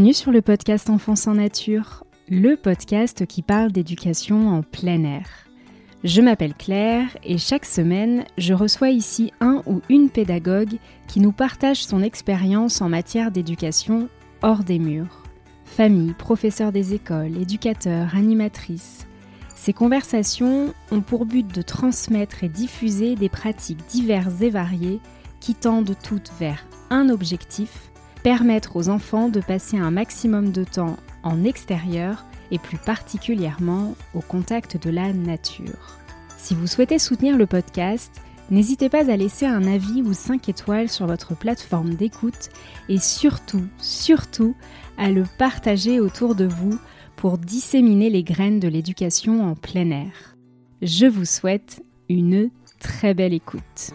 Bienvenue sur le podcast Enfance en Nature, le podcast qui parle d'éducation en plein air. Je m'appelle Claire et chaque semaine, je reçois ici un ou une pédagogue qui nous partage son expérience en matière d'éducation hors des murs. Famille, professeurs des écoles, éducateurs, animatrices. Ces conversations ont pour but de transmettre et diffuser des pratiques diverses et variées qui tendent toutes vers un objectif: permettre aux enfants de passer un maximum de temps en extérieur et plus particulièrement au contact de la nature. Si vous souhaitez soutenir le podcast, n'hésitez pas à laisser un avis ou 5 étoiles sur votre plateforme d'écoute et surtout, à le partager autour de vous pour disséminer les graines de l'éducation en plein air. Je vous souhaite une très belle écoute.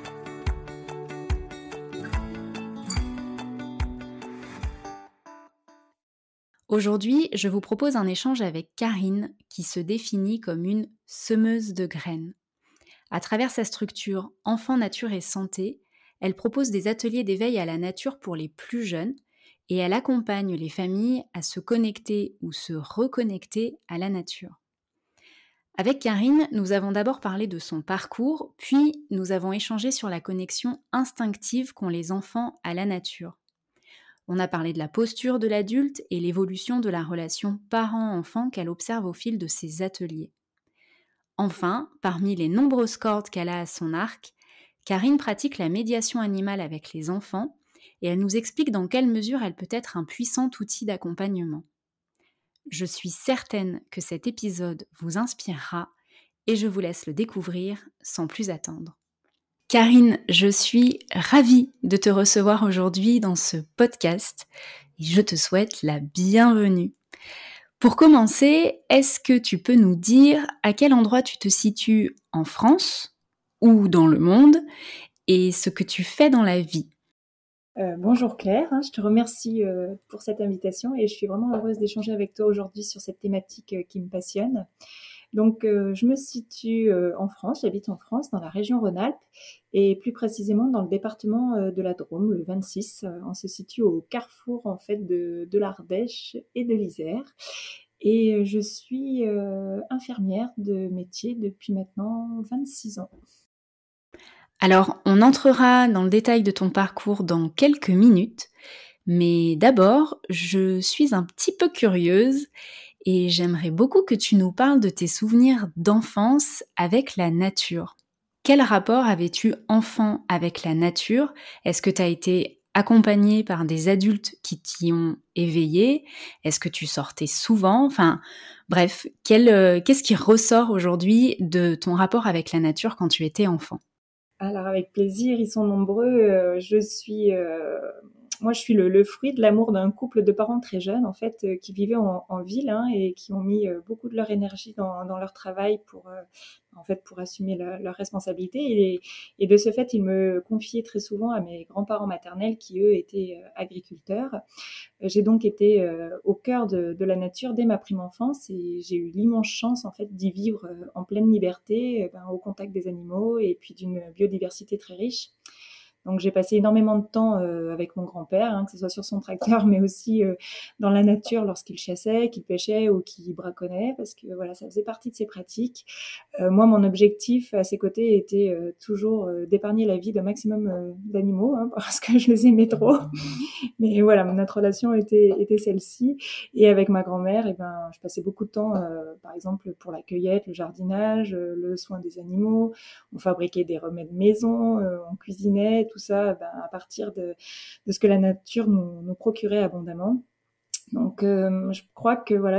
Aujourd'hui, je vous propose un échange avec Karine qui se définit comme une semeuse de graines. À travers sa structure Enfants, Nature et Santé, elle propose des ateliers d'éveil à la nature pour les plus jeunes et elle accompagne les familles à se connecter ou se reconnecter à la nature. Avec Karine, nous avons d'abord parlé de son parcours, puis nous avons échangé sur la connexion instinctive qu'ont les enfants à la nature. On a parlé de la posture de l'adulte et l'évolution de la relation parent-enfant qu'elle observe au fil de ses ateliers. Enfin, parmi les nombreuses cordes qu'elle a à son arc, Karine pratique la médiation animale avec les enfants et elle nous explique dans quelle mesure elle peut être un puissant outil d'accompagnement. Je suis certaine que cet épisode vous inspirera et je vous laisse le découvrir sans plus attendre. Karine, je suis ravie de te recevoir aujourd'hui dans ce podcast et je te souhaite la bienvenue. Pour commencer, est-ce que tu peux nous dire à quel endroit tu te situes en France ou dans le monde et ce que tu fais dans la vie? Bonjour Claire, je te remercie pour cette invitation et je suis vraiment heureuse d'échanger avec toi aujourd'hui sur cette thématique qui me passionne. Donc je me situe en France, j'habite en France, dans la région Rhône-Alpes et plus précisément dans le département de la Drôme, le 26. On se situe au carrefour en fait de l'Ardèche et de l'Isère. Et je suis infirmière de métier depuis maintenant 26 ans. Alors, on entrera dans le détail de ton parcours dans quelques minutes, mais d'abord, je suis un petit peu curieuse et j'aimerais beaucoup que tu nous parles de tes souvenirs d'enfance avec la nature. Quel rapport avais-tu enfant avec la nature? Est-ce que tu as été accompagnée par des adultes qui t'y ont éveillé? Est-ce que tu sortais souvent? Enfin, bref, qu'est-ce qui ressort aujourd'hui de ton rapport avec la nature quand tu étais enfant? Alors avec plaisir, ils sont nombreux. Moi, je suis le fruit de l'amour d'un couple de parents très jeunes, en fait, qui vivaient en ville et qui ont mis beaucoup de leur énergie dans leur travail pour assumer leurs responsabilités. Et de ce fait, ils me confiaient très souvent à mes grands-parents maternels qui, eux, étaient agriculteurs. J'ai donc été au cœur de la nature dès ma prime enfance et j'ai eu l'immense chance en fait d'y vivre en pleine liberté, au contact des animaux et puis d'une biodiversité très riche. Donc j'ai passé énormément de temps avec mon grand-père, que ce soit sur son tracteur, mais aussi dans la nature lorsqu'il chassait, qu'il pêchait ou qu'il braconnait, parce que voilà, ça faisait partie de ses pratiques. Moi, mon objectif à ses côtés était toujours d'épargner la vie d'un maximum d'animaux, parce que je les aimais trop. Mais voilà, notre relation était celle-ci. Et avec ma grand-mère, je passais beaucoup de temps, par exemple, pour la cueillette, le jardinage, le soin des animaux. On fabriquait des remèdes maison, on cuisinait, tout ça, à partir de ce que la nature nous procurait abondamment. Donc, je crois que voilà,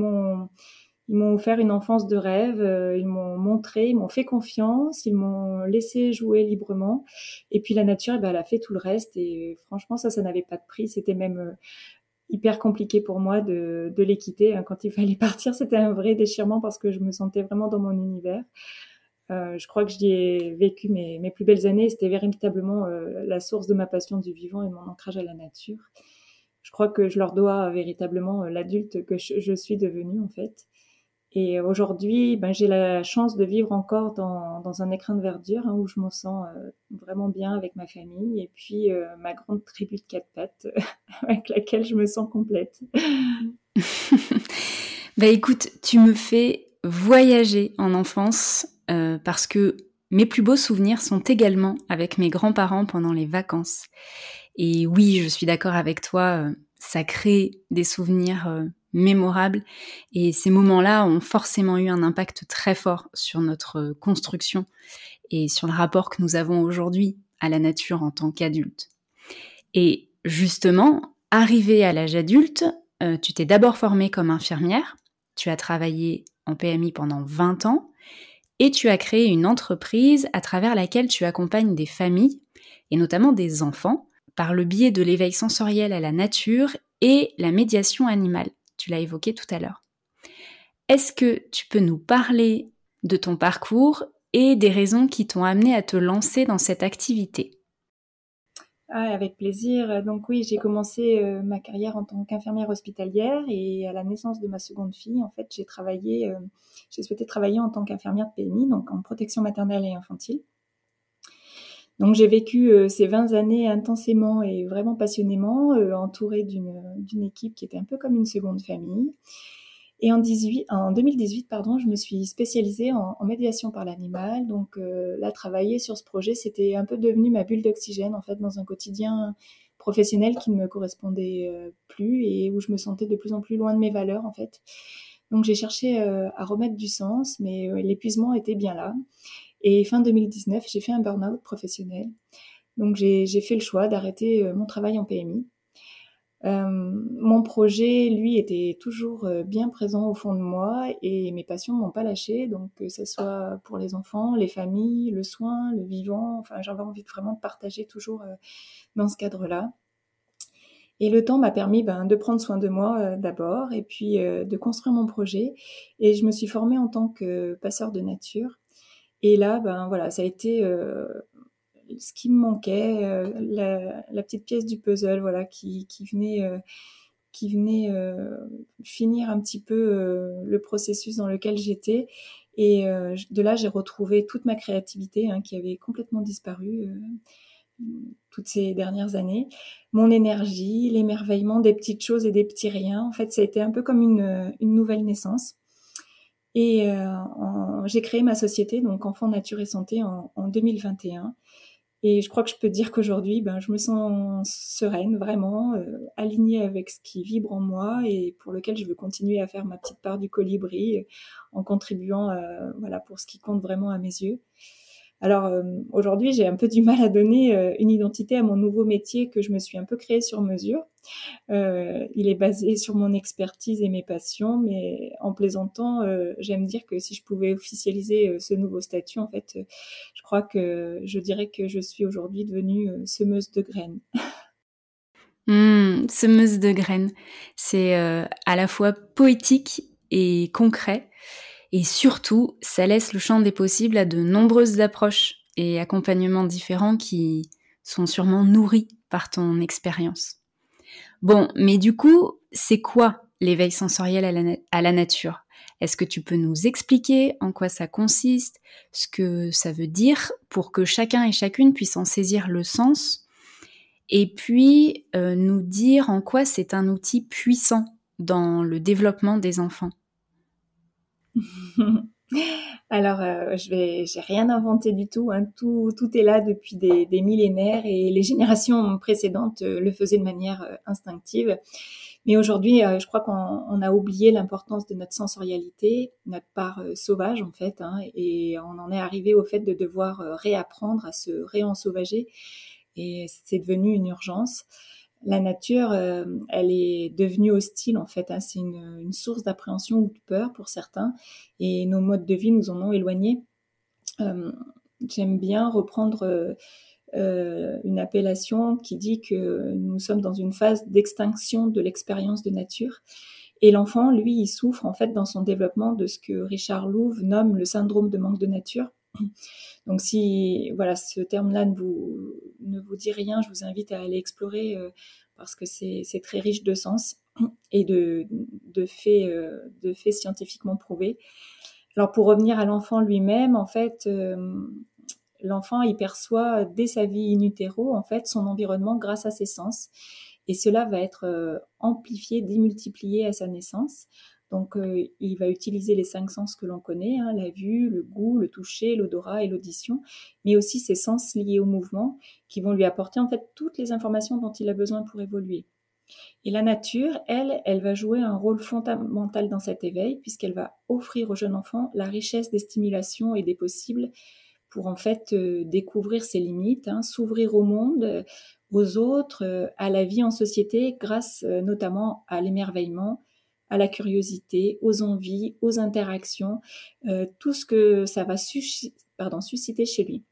ils m'ont offert une enfance de rêve, ils m'ont montré, ils m'ont fait confiance, ils m'ont laissé jouer librement. Et puis la nature, elle a fait tout le reste. Et franchement, ça n'avait pas de prix. C'était même hyper compliqué pour moi de les quitter. Quand il fallait partir, c'était un vrai déchirement parce que je me sentais vraiment dans mon univers. Je crois que j'y ai vécu mes plus belles années. C'était véritablement la source de ma passion du vivant et de mon ancrage à la nature. Je crois que je leur dois véritablement l'adulte que je suis devenue en fait. Et aujourd'hui, j'ai la chance de vivre encore dans un écrin de verdure, où je me sens vraiment bien avec ma famille, et puis ma grande tribu de quatre pattes avec laquelle je me sens complète. Bah écoute, tu me fais voyager en enfance parce que mes plus beaux souvenirs sont également avec mes grands-parents pendant les vacances. Et oui, je suis d'accord avec toi, ça crée des souvenirs mémorables et ces moments-là ont forcément eu un impact très fort sur notre construction et sur le rapport que nous avons aujourd'hui à la nature en tant qu'adultes. Et justement, arrivée à l'âge adulte, tu t'es d'abord formée comme infirmière, tu as travaillé en PMI pendant 20 ans et tu as créé une entreprise à travers laquelle tu accompagnes des familles et notamment des enfants par le biais de l'éveil sensoriel à la nature et la médiation animale. Tu l'as évoqué tout à l'heure. Est-ce que tu peux nous parler de ton parcours et des raisons qui t'ont amené à te lancer dans cette activité ? Ah, avec plaisir. Donc oui, j'ai commencé ma carrière en tant qu'infirmière hospitalière, et à la naissance de ma seconde fille, en fait, j'ai souhaité travailler en tant qu'infirmière de PMI, donc en protection maternelle et infantile. Donc j'ai vécu ces 20 années intensément et vraiment passionnément, entourée d'une équipe qui était un peu comme une seconde famille. Et en 2018, pardon, je me suis spécialisée en médiation par l'animal. Donc là, travailler sur ce projet, c'était un peu devenu ma bulle d'oxygène, en fait, dans un quotidien professionnel qui ne me correspondait plus, et où je me sentais de plus en plus loin de mes valeurs, en fait. Donc j'ai cherché à remettre du sens, mais l'épuisement était bien là. Et fin 2019, j'ai fait un burn-out professionnel. Donc j'ai fait le choix d'arrêter mon travail en PMI. Mon projet, lui, était toujours bien présent au fond de moi, et mes passions m'ont pas lâché. Donc que ce soit pour les enfants, les familles, le soin, le vivant, enfin j'avais envie vraiment de partager toujours dans ce cadre-là. Et le temps m'a permis de prendre soin de moi d'abord, et puis de construire mon projet. Et je me suis formée en tant que passeur de nature. Et là, voilà, ça a été ce qui me manquait, la petite pièce du puzzle, voilà, qui venait finir un petit peu le processus dans lequel j'étais. Et de là, j'ai retrouvé toute ma créativité, qui avait complètement disparu toutes ces dernières années. Mon énergie, l'émerveillement des petites choses et des petits riens. En fait, ça a été un peu comme une nouvelle naissance. Et j'ai créé ma société, donc Enfants Nature et Santé, en 2021. Et je crois que je peux dire qu'aujourd'hui, je me sens sereine, vraiment, alignée avec ce qui vibre en moi, et pour lequel je veux continuer à faire ma petite part du colibri, en contribuant, voilà, pour ce qui compte vraiment à mes yeux. Alors aujourd'hui, j'ai un peu du mal à donner une identité à mon nouveau métier que je me suis un peu créé sur mesure. Il est basé sur mon expertise et mes passions, mais en plaisantant, j'aime dire que si je pouvais officialiser ce nouveau statut, en fait, je crois que je dirais que je suis aujourd'hui devenue semeuse de graines. Semeuse de graines. C'est à la fois poétique et concret. Et surtout, ça laisse le champ des possibles à de nombreuses approches et accompagnements différents qui sont sûrement nourris par ton expérience. Bon, mais du coup, c'est quoi l'éveil sensoriel à la nature ? Est-ce que tu peux nous expliquer en quoi ça consiste, ce que ça veut dire, pour que chacun et chacune puisse en saisir le sens, et puis nous dire en quoi c'est un outil puissant dans le développement des enfants ? Alors, j'ai rien inventé du tout, tout est là depuis des millénaires, et les générations précédentes le faisaient de manière instinctive. Mais aujourd'hui, je crois qu'on a oublié l'importance de notre sensorialité, notre part sauvage, en fait, et on en est arrivé au fait de devoir réapprendre à se réensauvager, et c'est devenu une urgence. La nature, elle est devenue hostile, en fait, c'est une source d'appréhension ou de peur pour certains, et nos modes de vie nous en ont éloignés. Euh, J'aime bien reprendre une appellation qui dit que nous sommes dans une phase d'extinction de l'expérience de nature. Et l'enfant, lui, il souffre en fait dans son développement de ce que Richard Louv nomme le syndrome de manque de nature. Donc si voilà, ce terme-là ne vous dit rien, je vous invite à aller explorer parce que c'est très riche de sens et de faits scientifiquement prouvés. Alors pour revenir à l'enfant lui-même, en fait, l'enfant il perçoit dès sa vie in utero en fait son environnement grâce à ses sens, et cela va être amplifié, démultiplié à sa naissance. Donc il va utiliser les 5 sens que l'on connaît, hein, la vue, le goût, le toucher, l'odorat et l'audition, mais aussi ses sens liés au mouvement qui vont lui apporter en fait toutes les informations dont il a besoin pour évoluer. Et la nature, elle va jouer un rôle fondamental dans cet éveil, puisqu'elle va offrir au jeune enfant la richesse des stimulations et des possibles pour en fait découvrir ses limites, hein, s'ouvrir au monde, aux autres, à la vie en société, grâce notamment à l'émerveillement, à la curiosité, aux envies, aux interactions, tout ce que ça va susciter chez lui.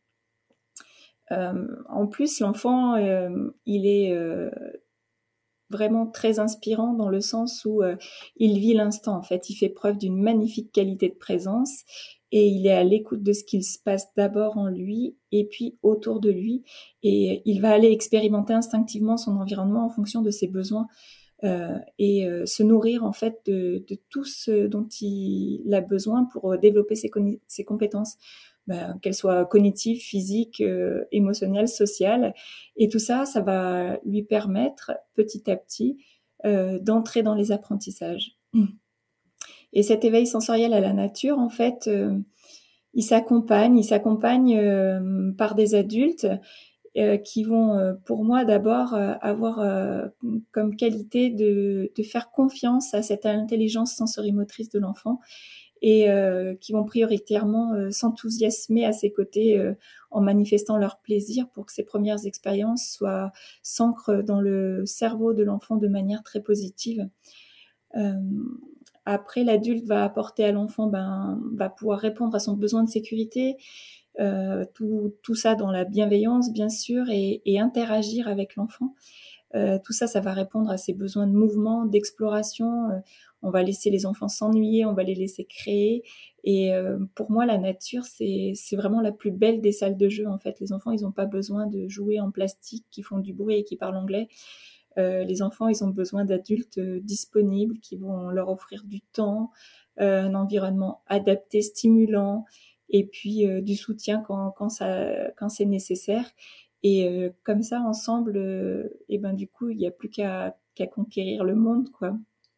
En plus, l'enfant, il est vraiment très inspirant dans le sens où il vit l'instant. En fait, il fait preuve d'une magnifique qualité de présence et il est à l'écoute de ce qu'il se passe d'abord en lui et puis autour de lui. Et il va aller expérimenter instinctivement son environnement en fonction de ses besoins et se nourrir en fait de tout ce dont il a besoin pour développer ses compétences. Qu'elles soient cognitives, physiques, émotionnelles, sociales. Et tout ça, ça va lui permettre petit à petit d'entrer dans les apprentissages. Et cet éveil sensoriel à la nature, en fait, il s'accompagne par des adultes qui vont, pour moi, d'abord avoir comme qualité de faire confiance à cette intelligence sensorimotrice de l'enfant et qui vont prioritairement s'enthousiasmer à ses côtés en manifestant leur plaisir pour que ces premières expériences s'ancrent dans le cerveau de l'enfant de manière très positive. Euh, Après, l'adulte va apporter à l'enfant, va pouvoir répondre à son besoin de sécurité, tout ça dans la bienveillance, bien sûr, et interagir avec l'enfant. Tout ça, ça va répondre à ses besoins de mouvement, d'exploration. On va laisser les enfants s'ennuyer, on va les laisser créer. Et pour moi, la nature, c'est vraiment la plus belle des salles de jeu. En fait, les enfants, ils n'ont pas besoin de jouets en plastique qui font du bruit et qui parlent anglais. Les enfants, ils ont besoin d'adultes disponibles qui vont leur offrir du temps, un environnement adapté, stimulant, et puis du soutien quand c'est nécessaire. Et comme ça, ensemble, et ben du coup, il n'y a plus qu'à conquérir le monde, quoi.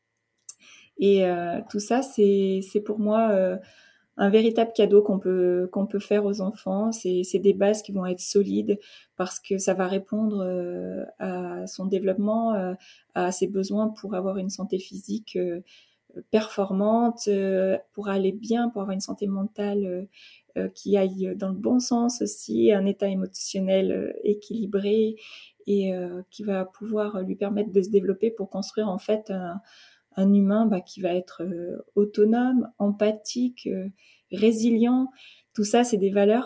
Et tout ça, c'est pour moi un véritable cadeau qu'on peut faire aux enfants. C'est des bases qui vont être solides parce que ça va répondre à son développement, à ses besoins pour avoir une santé physique performante, pour aller bien, pour avoir une santé mentale qui aille dans le bon sens aussi, un état émotionnel équilibré et qui va pouvoir lui permettre de se développer pour construire en fait un humain qui va être autonome, empathique, résilient. Tout ça, c'est des valeurs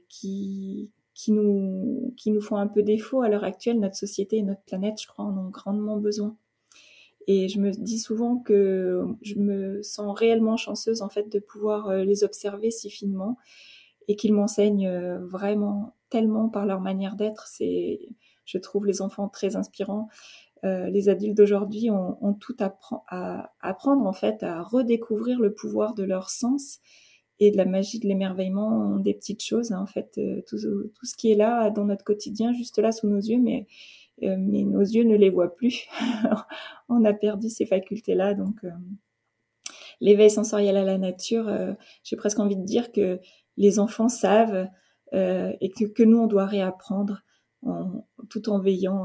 qui nous font un peu défaut à l'heure actuelle. Notre société et notre planète, je crois, en ont grandement besoin. Et je me dis souvent que je me sens réellement chanceuse en fait de pouvoir les observer si finement et qu'ils m'enseignent vraiment tellement par leur manière d'être. Je trouve les enfants très inspirants. Les adultes d'aujourd'hui ont tout à apprendre en fait à redécouvrir le pouvoir de leur sens et de la magie de l'émerveillement des petites choses. Hein, en fait, tout ce qui est là dans notre quotidien, juste là sous nos yeux, mais nos yeux ne les voient plus. On a perdu ces facultés-là, donc l'éveil sensoriel à la nature, j'ai presque envie de dire que les enfants savent et que nous, on doit réapprendre tout en veillant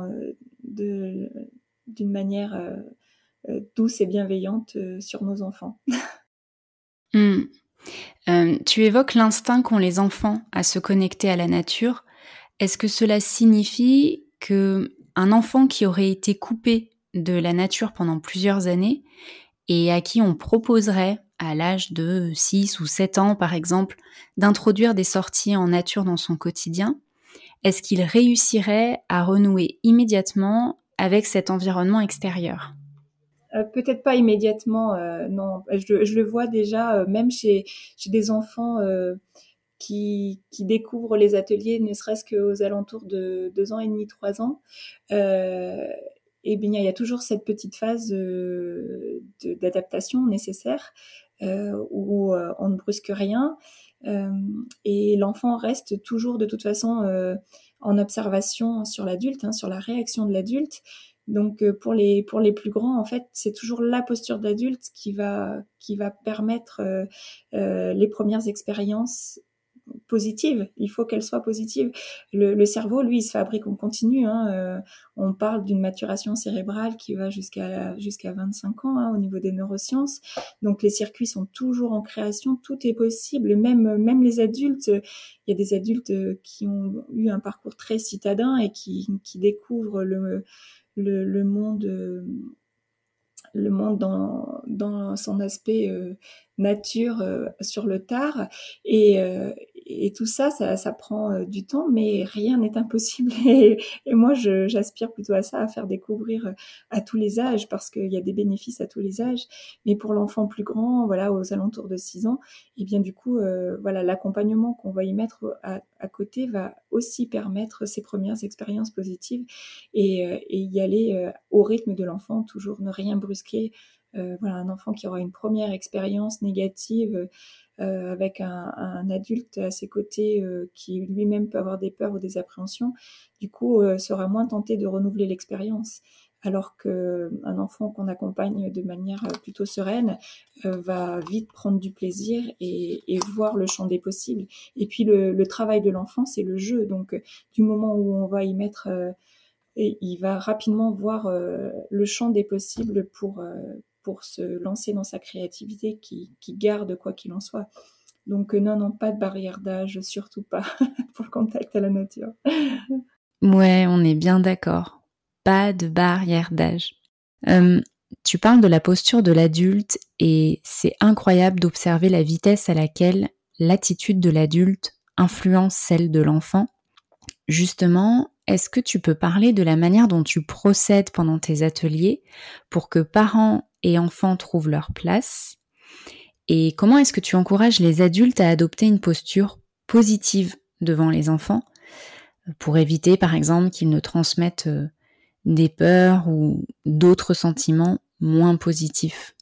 d'une manière douce et bienveillante sur nos enfants. Mmh. Tu évoques l'instinct qu'ont les enfants à se connecter à la nature. Est-ce que cela signifie qu'un enfant qui aurait été coupé de la nature pendant plusieurs années et à qui on proposerait, à l'âge de 6 ou 7 ans par exemple, d'introduire des sorties en nature dans son quotidien, est-ce qu'il réussirait à renouer immédiatement avec cet environnement extérieur ? Peut-être pas immédiatement, non. Je le vois déjà, même chez des enfants qui découvrent les ateliers, ne serait-ce qu'aux alentours de 2 ans et demi, 3 ans. et bien il y a toujours cette petite phase d'adaptation nécessaire où on ne brusque rien et l'enfant reste toujours de toute façon en observation sur l'adulte, sur la réaction de l'adulte. Donc pour les plus grands, en fait, c'est toujours la posture d'adulte qui va permettre les premières expériences positives. Il faut qu'elles soient positives. Le cerveau, lui, il se fabrique en continu. On parle d'une maturation cérébrale qui va jusqu'à 25 ans au niveau des neurosciences. Donc les circuits sont toujours en création, tout est possible. Même les adultes, il y a des adultes qui ont eu un parcours très citadin et qui découvrent le monde dans son aspect nature sur le tard et tout ça, ça prend du temps, mais rien n'est impossible et moi j'aspire plutôt à ça, à faire découvrir à tous les âges parce qu'il y a des bénéfices à tous les âges, mais pour l'enfant plus grand, voilà, aux alentours de 6 ans, et bien du coup voilà, l'accompagnement qu'on va y mettre à côté va aussi permettre ces premières expériences positives et y aller au rythme de l'enfant, toujours ne rien brusquer. Voilà, un enfant qui aura une première expérience négative avec un adulte à ses côtés qui lui-même peut avoir des peurs ou des appréhensions, du coup sera moins tenté de renouveler l'expérience. Alors qu'un enfant qu'on accompagne de manière plutôt sereine va vite prendre du plaisir et voir le champ des possibles. Et puis le travail de l'enfant, c'est le jeu. Donc du moment où on va y mettre et il va rapidement voir le champ des possibles pour se lancer dans sa créativité qui garde quoi qu'il en soit. Donc non, pas de barrière d'âge, surtout pas pour le contact à la nature. Ouais, on est bien d'accord. Pas de barrière d'âge. Tu parles de la posture de l'adulte et c'est incroyable d'observer la vitesse à laquelle l'attitude de l'adulte influence celle de l'enfant. Justement, est-ce que tu peux parler de la manière dont tu procèdes pendant tes ateliers pour que parents et enfants trouvent leur place? Et comment est-ce que tu encourages les adultes à adopter une posture positive devant les enfants pour éviter, par exemple, qu'ils ne transmettent des peurs ou d'autres sentiments moins positifs?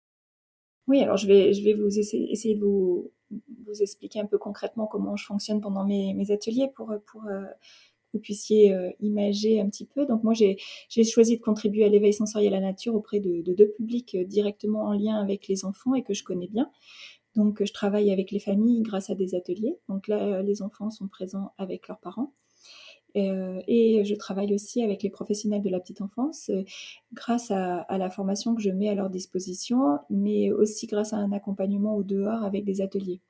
Oui, alors je vais essayer de vous expliquer un peu concrètement comment je fonctionne pendant mes ateliers pour que vous puissiez imager un petit peu. Donc moi, j'ai choisi de contribuer à l'éveil sensoriel à la nature auprès de deux publics directement en lien avec les enfants et que je connais bien. Donc je travaille avec les familles grâce à des ateliers. Donc là, les enfants sont présents avec leurs parents. Et je travaille aussi avec les professionnels de la petite enfance grâce à la formation que je mets à leur disposition, mais aussi grâce à un accompagnement au dehors avec des ateliers.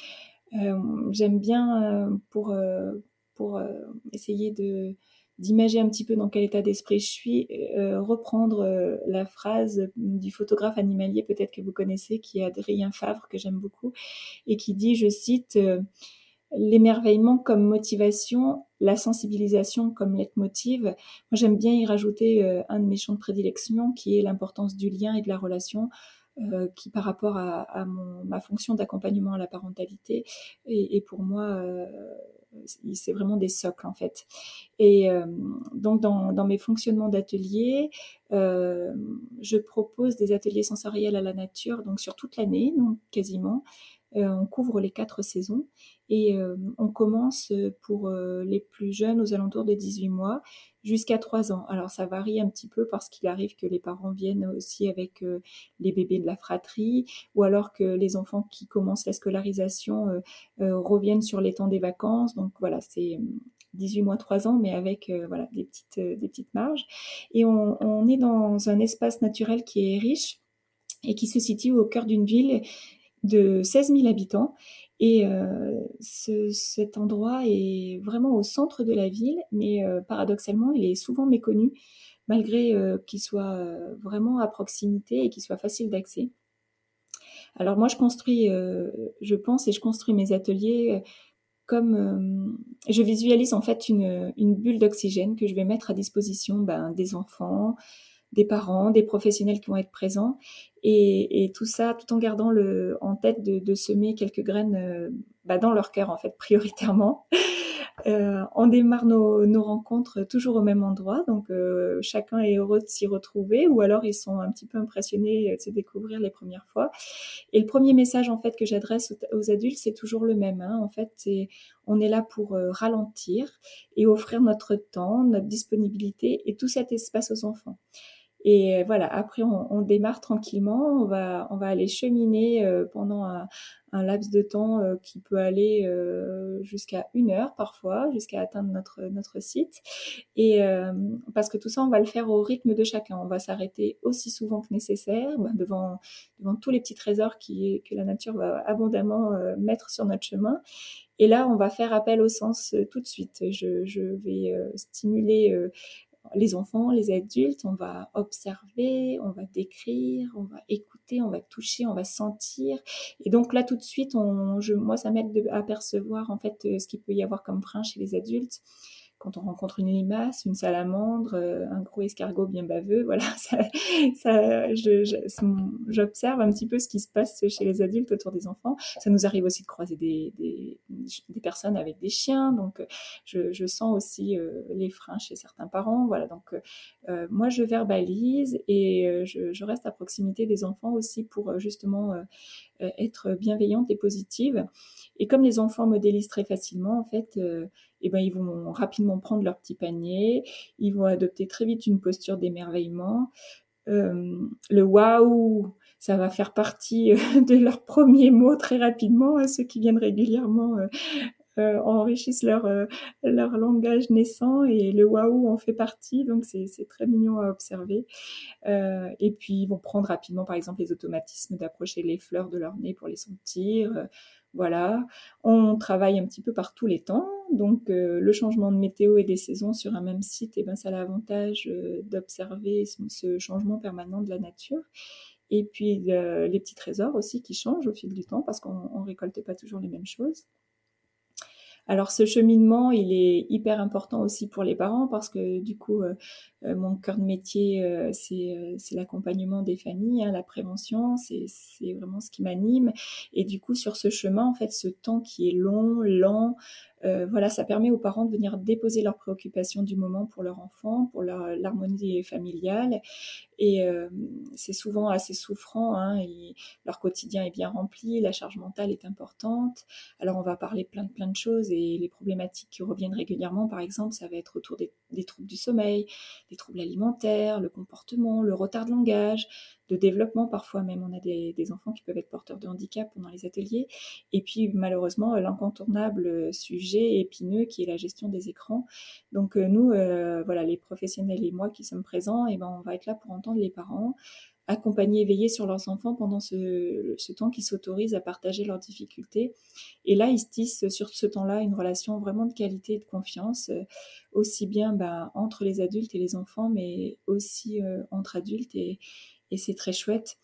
J'aime bien pour essayer d'imager un petit peu dans quel état d'esprit je suis, reprendre la phrase du photographe animalier, peut-être que vous connaissez, qui est Adrien Favre, que j'aime beaucoup, et qui dit, je cite, l'émerveillement comme motivation, la sensibilisation comme leitmotiv. Moi, j'aime bien y rajouter un de mes champs de prédilection, qui est l'importance du lien et de la relation, qui par rapport à ma fonction d'accompagnement à la parentalité, et pour moi, c'est vraiment des socles en fait. Et donc dans mes fonctionnements d'atelier, je propose des ateliers sensoriels à la nature, donc sur toute l'année, donc quasiment. On couvre les 4 saisons et on commence pour les plus jeunes aux alentours de 18 mois jusqu'à 3 ans. Alors ça varie un petit peu parce qu'il arrive que les parents viennent aussi avec les bébés de la fratrie ou alors que les enfants qui commencent la scolarisation reviennent sur les temps des vacances. Donc voilà, c'est 18 mois, 3 ans, mais avec voilà, des petites marges. Et on est dans un espace naturel qui est riche et qui se situe au cœur d'une ville de 16 000 habitants. Et cet endroit est vraiment au centre de la ville, mais paradoxalement, il est souvent méconnu, malgré qu'il soit vraiment à proximité et qu'il soit facile d'accès. Alors moi, je pense et je construis mes ateliers comme je visualise en fait une bulle d'oxygène que je vais mettre à disposition des enfants, des parents, des professionnels qui vont être présents, et tout ça tout en gardant en tête de semer quelques graines dans leur cœur en fait prioritairement, On démarre nos rencontres toujours au même endroit, donc chacun est heureux de s'y retrouver, ou alors ils sont un petit peu impressionnés de se découvrir les premières fois. Et le premier message en fait que j'adresse aux adultes, c'est toujours le même. En fait, on est là pour ralentir et offrir notre temps, notre disponibilité et tout cet espace aux enfants. Et voilà, après on démarre tranquillement, on va aller cheminer pendant un laps de temps qui peut aller jusqu'à 1 heure parfois, jusqu'à atteindre notre site. Et parce que tout ça, on va le faire au rythme de chacun. On va s'arrêter aussi souvent que nécessaire devant tous les petits trésors que la nature va abondamment mettre sur notre chemin. Et là, on va faire appel au sens tout de suite. Je vais stimuler les enfants, les adultes, on va observer, on va décrire, on va écouter, on va toucher, on va sentir. Et donc là, tout de suite, moi, ça m'aide à percevoir en fait ce qu'il peut y avoir comme frein chez les adultes. Quand on rencontre une limace, une salamandre, un gros escargot bien baveux, voilà, j'observe un petit peu ce qui se passe chez les adultes autour des enfants. Ça nous arrive aussi de croiser des personnes avec des chiens, donc je sens aussi les freins chez certains parents, voilà. Donc moi, je verbalise et je reste à proximité des enfants aussi pour justement être bienveillante et positive. Et comme les enfants modélisent très facilement, en fait, eh ben, ils vont rapidement prendre leur petit panier, ils vont adopter très vite une posture d'émerveillement. Le waouh, ça va faire partie de leurs premiers mots très rapidement, ceux qui viennent régulièrement enrichissent leur langage naissant et le waouh en fait partie, donc c'est très mignon à observer. Et puis ils vont prendre rapidement par exemple les automatismes d'approcher les fleurs de leur nez pour les sentir. Voilà, on travaille un petit peu par tous les temps, donc le changement de météo et des saisons sur un même site, eh ben, ça a l'avantage d'observer ce changement permanent de la nature. Et puis les petits trésors aussi qui changent au fil du temps parce qu'on ne récolte pas toujours les mêmes choses. Alors ce cheminement, il est hyper important aussi pour les parents parce que du coup, mon cœur de métier, c'est l'accompagnement des familles, la prévention, c'est vraiment ce qui m'anime. Et du coup, sur ce chemin, en fait, ce temps qui est long, lent, voilà, ça permet aux parents de venir déposer leurs préoccupations du moment pour leur enfant, pour l'harmonie familiale. Et c'est souvent assez souffrant, et leur quotidien est bien rempli, la charge mentale est importante. Alors on va parler plein de choses et les problématiques qui reviennent régulièrement, par exemple, ça va être autour des troubles du sommeil, des troubles alimentaires, le comportement, le retard de langage, de développement parfois même. On a des enfants qui peuvent être porteurs de handicap pendant les ateliers. Et puis malheureusement, l'incontournable sujet épineux qui est la gestion des écrans. Donc nous, voilà, les professionnels et moi qui sommes présents, et ben, on va être là pour entendre les parents, accompagner et veiller sur leurs enfants pendant ce temps qu'ils s'autorisent à partager leurs difficultés. Et là, ils se tissent sur ce temps-là une relation vraiment de qualité et de confiance, aussi bien entre les adultes et les enfants, mais aussi entre adultes, et c'est très chouette.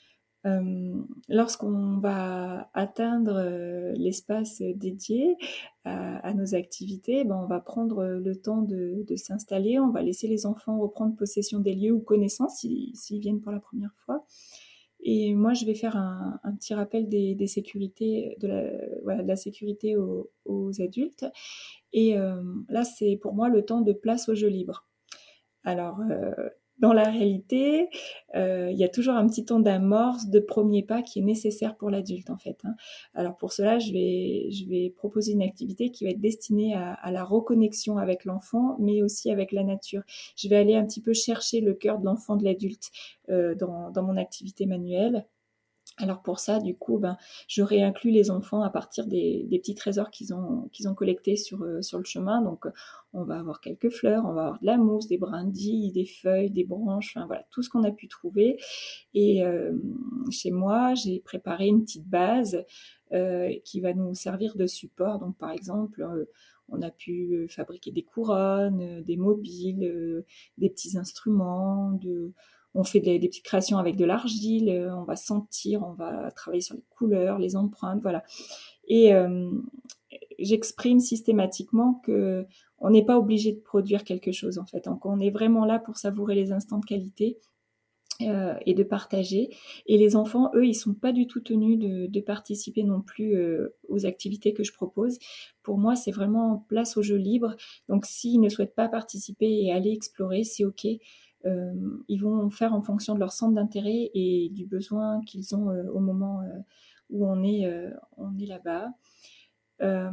Lorsqu'on va atteindre l'espace dédié à nos activités, ben, on va prendre le temps de s'installer, on va laisser les enfants reprendre possession des lieux ou connaissance s'ils viennent pour la première fois. Et moi, je vais faire un petit rappel des sécurités, voilà, de la sécurité aux adultes. Et là, c'est pour moi le temps de place au jeu libre. Alors, dans la réalité, il y a toujours un petit temps d'amorce, de premier pas qui est nécessaire pour l'adulte, en fait. Alors pour cela, je vais proposer une activité qui va être destinée à la reconnexion avec l'enfant, mais aussi avec la nature. Je vais aller un petit peu chercher le cœur de l'enfant, de l'adulte, dans mon activité manuelle. Alors pour ça, du coup, je réinclus les enfants à partir des petits trésors qu'ils ont collectés sur le chemin. Donc, on va avoir quelques fleurs, on va avoir de la mousse, des brindilles, des feuilles, des branches, enfin voilà, tout ce qu'on a pu trouver. Et chez moi, j'ai préparé une petite base qui va nous servir de support. Donc, par exemple, on a pu fabriquer des couronnes, des mobiles, des petits instruments, on fait des petites créations avec de l'argile, on va sentir, on va travailler sur les couleurs, les empreintes, voilà. Et j'exprime systématiquement que on n'est pas obligé de produire quelque chose, en fait. Donc, on est vraiment là pour savourer les instants de qualité. et de partager. Et les enfants, eux, ils sont pas du tout tenus de participer non plus aux activités que je propose. Pour moi, c'est vraiment place au jeu libre. Donc, s'ils ne souhaitent pas participer et aller explorer, c'est OK. Ils vont faire en fonction de leur centre d'intérêt et du besoin qu'ils ont au moment où on est là-bas. Euh,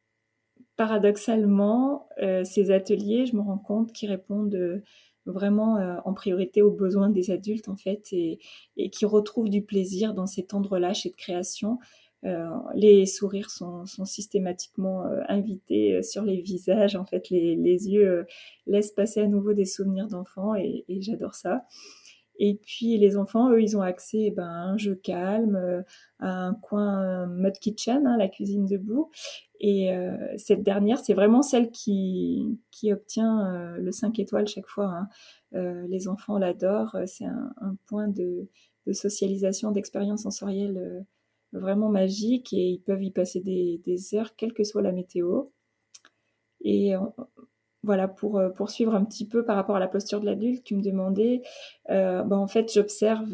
Paradoxalement, ces ateliers, je me rends compte qu'ils répondent vraiment en priorité aux besoins des adultes en fait et qui retrouvent du plaisir dans ces temps de relâche et de création. Les sourires sont systématiquement invités sur les visages. En fait, les yeux laissent passer à nouveau des souvenirs d'enfants et j'adore ça. Et puis les enfants, eux, ils ont accès à un jeu calme, à un coin mud kitchen, hein, la cuisine debout. Et cette dernière, c'est vraiment celle qui obtient le 5 étoiles chaque fois. Hein. Les enfants l'adorent. C'est un point de socialisation, d'expérience sensorielle vraiment magique et ils peuvent y passer des heures, quelle que soit la météo. Et voilà, pour poursuivre un petit peu par rapport à la posture de l'adulte, tu me demandais, en fait, j'observe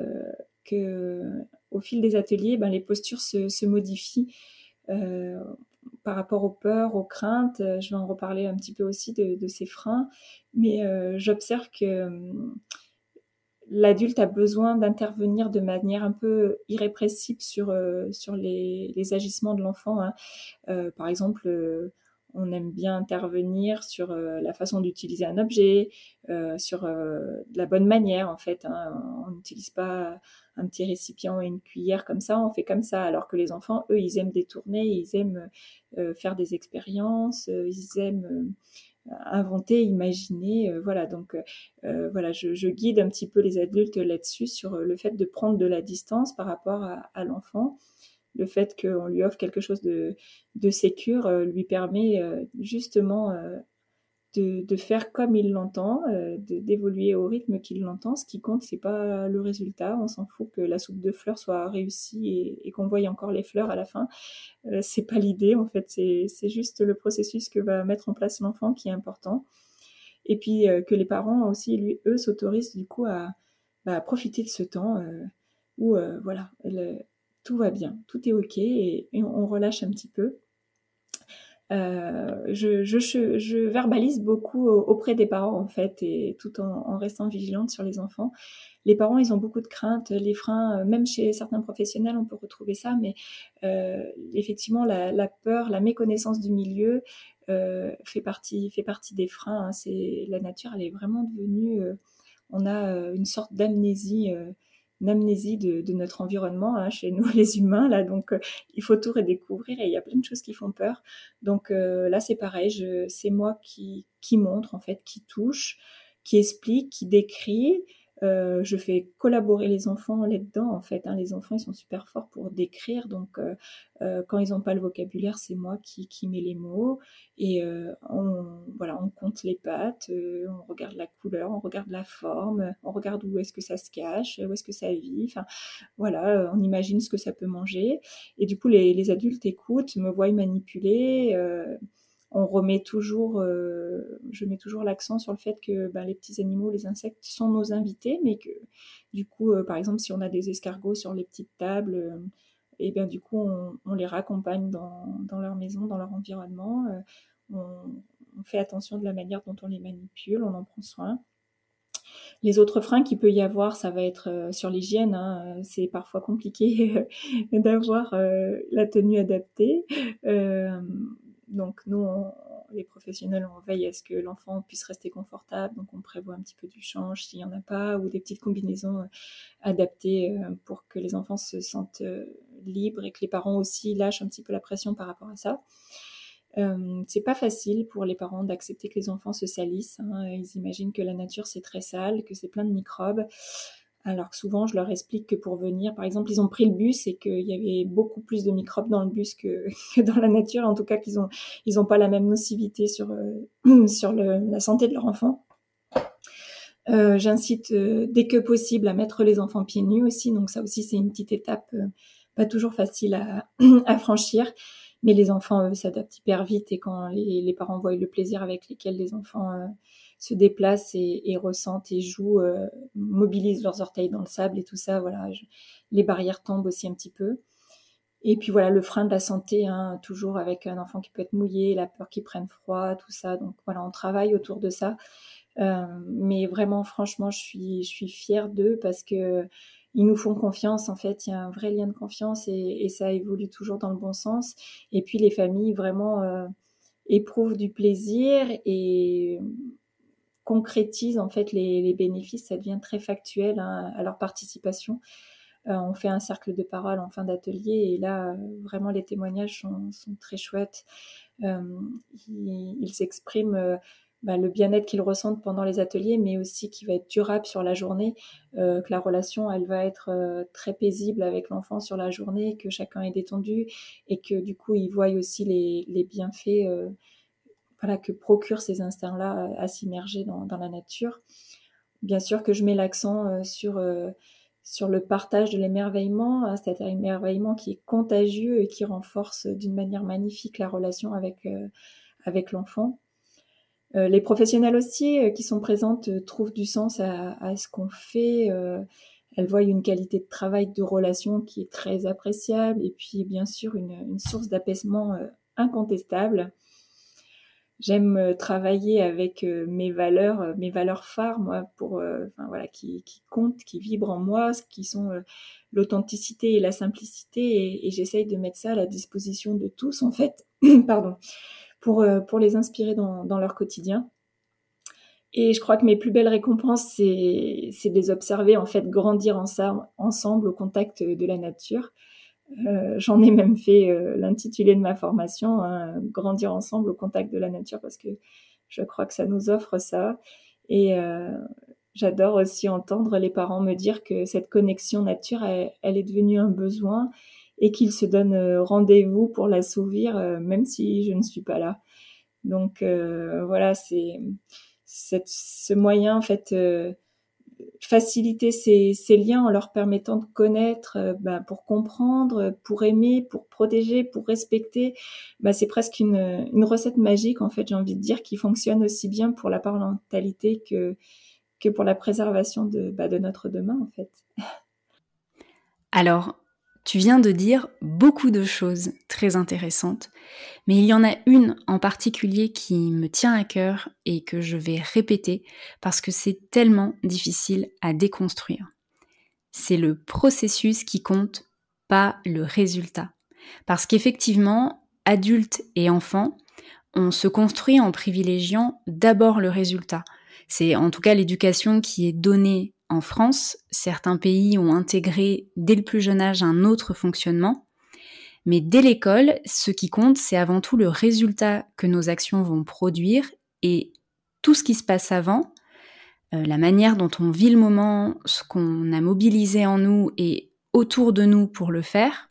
que au fil des ateliers, les postures se modifient euh, par rapport aux peurs, aux craintes. Je vais en reparler un petit peu aussi de ces freins, mais j'observe que l'adulte a besoin d'intervenir de manière un peu irrépressible sur les agissements de l'enfant. Hein. Par exemple, on aime bien intervenir sur la façon d'utiliser un objet, sur de la bonne manière en fait. Hein. On n'utilise pas un petit récipient et une cuillère comme ça, on fait comme ça. Alors que les enfants, eux, ils aiment détourner, ils aiment faire des expériences, ils aiment inventer, imaginer, voilà. Donc voilà, je guide un petit peu les adultes là-dessus sur le fait de prendre de la distance par rapport à l'enfant. Le fait qu'on lui offre quelque chose de sécure lui permet justement de faire comme il l'entend, d'évoluer au rythme qu'il l'entend. Ce qui compte, c'est pas le résultat. On s'en fout que la soupe de fleurs soit réussie et qu'on voie encore les fleurs à la fin. C'est pas l'idée, en fait. C'est juste le processus que va mettre en place l'enfant qui est important. Et puis que les parents aussi, eux, s'autorisent du coup à profiter de ce temps où voilà, tout va bien, tout est ok et on relâche un petit peu. Je verbalise beaucoup auprès des parents en fait et tout en restant vigilante sur les enfants. Les parents, ils ont beaucoup de craintes, les freins, même chez certains professionnels, on peut retrouver ça, mais effectivement, la peur, la méconnaissance du milieu fait partie des freins. Hein. C'est la nature, elle est vraiment devenue, on a une sorte d'amnésie. Une amnésie de notre environnement hein, chez nous les humains là donc il faut tout redécouvrir et il y a plein de choses qui font peur donc là c'est pareil c'est moi qui montre en fait qui touche qui explique qui décrit je fais collaborer les enfants là-dedans en fait hein. Les enfants ils sont super forts pour décrire donc quand ils n'ont pas le vocabulaire c'est moi qui mets les mots et voilà on compte les pattes on regarde la couleur on regarde la forme on regarde où est-ce que ça se cache où est-ce que ça vit enfin voilà on imagine ce que ça peut manger et du coup les adultes écoutent me voient manipuler on remet toujours, je mets toujours l'accent sur le fait que les petits animaux, les insectes sont nos invités, mais que du coup, par exemple, si on a des escargots sur les petites tables, et bien du coup, on les raccompagne dans leur maison, dans leur environnement. On fait attention de la manière dont on les manipule, on en prend soin. Les autres freins qu'il peut y avoir, ça va être sur l'hygiène. Hein. C'est parfois compliqué d'avoir la tenue adaptée. Donc nous, les professionnels, on veille à ce que l'enfant puisse rester confortable. Donc on prévoit un petit peu du change s'il n'y en a pas, ou des petites combinaisons adaptées pour que les enfants se sentent libres et que les parents aussi lâchent un petit peu la pression par rapport à ça. C'est pas facile pour les parents d'accepter que les enfants se salissent. Hein. Ils imaginent que la nature c'est très sale, que c'est plein de microbes. Alors que souvent je leur explique que pour venir, par exemple, ils ont pris le bus et qu'il y avait beaucoup plus de microbes dans le bus que dans la nature. En tout cas, ils ont pas la même nocivité sur sur la santé de leur enfant. J'incite dès que possible à mettre les enfants pieds nus aussi. Donc ça aussi c'est une petite étape pas toujours facile à franchir. Mais les enfants, eux, s'adaptent hyper vite et quand les parents voient le plaisir avec lequel les enfants se déplacent et ressentent et jouent, mobilisent leurs orteils dans le sable et tout ça. Voilà, les barrières tombent aussi un petit peu. Et puis voilà, le frein de la santé, hein, toujours avec un enfant qui peut être mouillé, la peur qu'il prenne froid, tout ça. Donc voilà, on travaille autour de ça. Mais vraiment, franchement, je suis fière d'eux parce que ils nous font confiance. En fait, il y a un vrai lien de confiance et ça évolue toujours dans le bon sens. Et puis les familles vraiment éprouvent du plaisir et concrétisent en fait les bénéfices. Ça devient très factuel, hein, à leur participation. On fait un cercle de parole en fin d'atelier et là, vraiment, les témoignages sont très chouettes. Ils s'expriment le bien-être qu'ils ressentent pendant les ateliers, mais aussi qui va être durable sur la journée, que la relation, elle va être très paisible avec l'enfant sur la journée, que chacun est détendu et que du coup, ils voient aussi les bienfaits que procurent ces instincts-là à s'immerger dans la nature. Bien sûr que je mets l'accent sur le partage de l'émerveillement, hein, c'est-à-dire l'émerveillement qui est contagieux et qui renforce d'une manière magnifique la relation avec l'enfant. Les professionnels aussi qui sont présentes trouvent du sens à ce qu'on fait. Elles voient une qualité de travail, de relation qui est très appréciable et puis bien sûr une source d'apaisement incontestable. J'aime travailler avec mes valeurs phares, moi, qui comptent, qui vibrent en moi, qui sont l'authenticité et la simplicité, et j'essaye de mettre ça à la disposition de tous, en fait, pardon, pour les inspirer dans leur quotidien. Et je crois que mes plus belles récompenses, c'est de les observer, en fait, grandir ensemble au contact de la nature. J'en ai même fait l'intitulé de ma formation, hein, Grandir ensemble au contact de la nature, parce que je crois que ça nous offre ça. Et j'adore aussi entendre les parents me dire que cette connexion nature, elle est devenue un besoin et qu'ils se donnent rendez-vous pour l'assouvir, même si je ne suis pas là. Donc voilà, c'est ce moyen, en fait, faciliter ces liens en leur permettant de connaître, pour comprendre, pour aimer, pour protéger, pour respecter. C'est presque une recette magique, en fait, j'ai envie de dire, qui fonctionne aussi bien pour la parentalité que pour la préservation de notre demain, en fait. Alors, tu viens de dire beaucoup de choses très intéressantes, mais il y en a une en particulier qui me tient à cœur et que je vais répéter parce que c'est tellement difficile à déconstruire. C'est le processus qui compte, pas le résultat. Parce qu'effectivement, adultes et enfants, on se construit en privilégiant d'abord le résultat. C'est en tout cas l'éducation qui est donnée en France. Certains pays ont intégré dès le plus jeune âge un autre fonctionnement. Mais dès l'école, ce qui compte, c'est avant tout le résultat que nos actions vont produire et tout ce qui se passe avant, la manière dont on vit le moment, ce qu'on a mobilisé en nous et autour de nous pour le faire,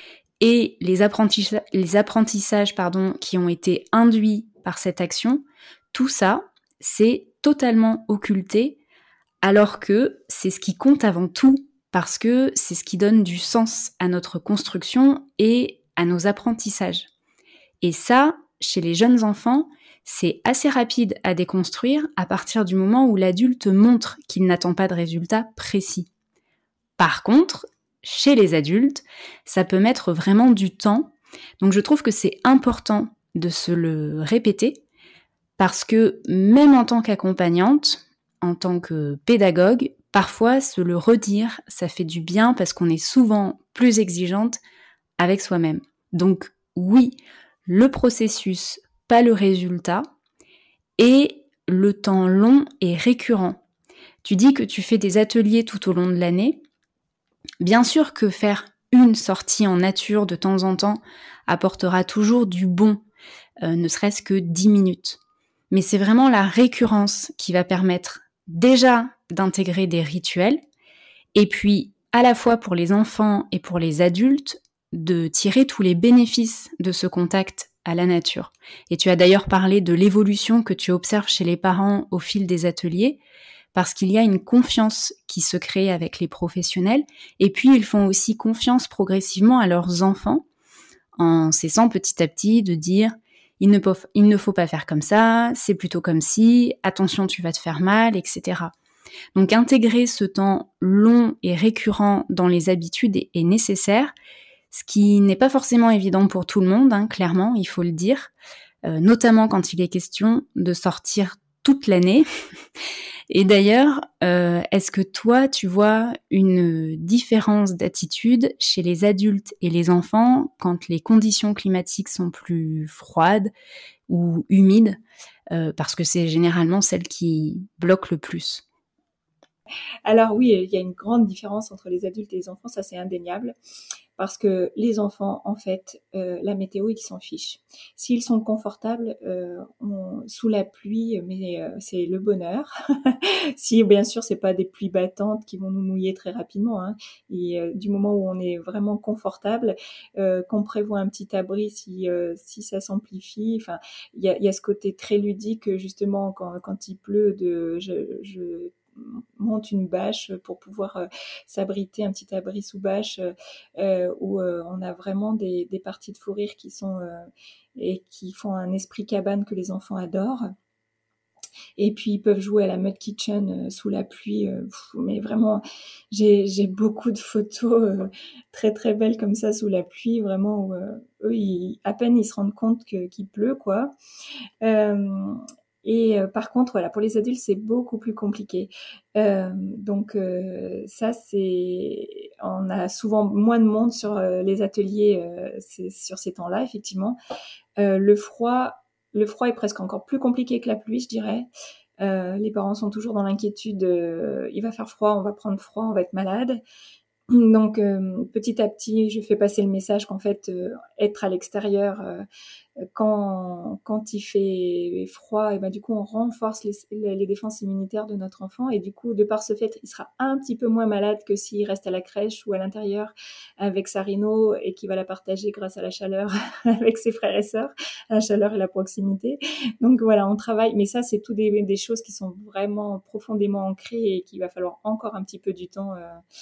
et les apprentissages qui ont été induits par cette action, tout ça, c'est totalement occulté, alors que c'est ce qui compte avant tout, parce que c'est ce qui donne du sens à notre construction et à nos apprentissages. Et ça, chez les jeunes enfants, c'est assez rapide à déconstruire à partir du moment où l'adulte montre qu'il n'attend pas de résultats précis. Par contre, chez les adultes, ça peut mettre vraiment du temps. Donc je trouve que c'est important de se le répéter parce que même en tant qu'accompagnante, en tant que pédagogue, parfois se le redire, ça fait du bien parce qu'on est souvent plus exigeante avec soi-même. Donc oui, le processus, pas le résultat, et le temps long et récurrent. Tu dis que tu fais des ateliers tout au long de l'année. Bien sûr que faire une sortie en nature de temps en temps apportera toujours du bon, ne serait-ce que 10 minutes. Mais c'est vraiment la récurrence qui va permettre déjà d'intégrer des rituels, et puis à la fois pour les enfants et pour les adultes, de tirer tous les bénéfices de ce contact à la nature. Et tu as d'ailleurs parlé de l'évolution que tu observes chez les parents au fil des ateliers, parce qu'il y a une confiance qui se crée avec les professionnels, et puis ils font aussi confiance progressivement à leurs enfants, en cessant petit à petit de dire « il ne faut pas faire comme ça, c'est plutôt comme si, attention tu vas te faire mal, etc. Donc intégrer ce temps long et récurrent dans les habitudes est nécessaire, ce qui n'est pas forcément évident pour tout le monde, hein, clairement, il faut le dire, notamment quand il est question de sortir toute l'année. Et d'ailleurs, est-ce que toi, tu vois une différence d'attitude chez les adultes et les enfants quand les conditions climatiques sont plus froides ou humides, parce que c'est généralement celles qui bloquent le plus? Alors oui, il y a une grande différence entre les adultes et les enfants, ça c'est indéniable. Parce que les enfants, en fait, la météo, ils s'en fichent. S'ils sont confortables sous la pluie, mais c'est le bonheur. Si bien sûr, c'est pas des pluies battantes qui vont nous mouiller très rapidement, hein. Et du moment où on est vraiment confortable, qu'on prévoit un petit abri si ça s'amplifie. Enfin, il y a ce côté très ludique justement quand il pleut je monte une bâche pour pouvoir s'abriter, un petit abri sous bâche où on a vraiment des parties de fou rire qui sont et qui font un esprit cabane que les enfants adorent. Et puis ils peuvent jouer à la mud kitchen sous la pluie. Mais vraiment, j'ai beaucoup de photos très très belles comme ça sous la pluie, vraiment où eux, à peine ils se rendent compte qu'il pleut, quoi. Euh, par contre, voilà, pour les adultes, c'est beaucoup plus compliqué. Donc ça, on a souvent moins de monde sur les ateliers sur ces temps-là, effectivement. Le froid est presque encore plus compliqué que la pluie, je dirais. Les parents sont toujours dans l'inquiétude. Il va faire froid, on va prendre froid, on va être malade. Donc petit à petit, je fais passer le message qu'en fait, être à l'extérieur quand il fait froid, et ben du coup on renforce les défenses immunitaires de notre enfant, et du coup de par ce fait il sera un petit peu moins malade que s'il reste à la crèche ou à l'intérieur avec sa rhino et qui va la partager grâce à la chaleur avec ses frères et sœurs, la chaleur et la proximité. Donc voilà, on travaille, mais ça c'est tout des choses qui sont vraiment profondément ancrées et qu'il va falloir encore un petit peu du temps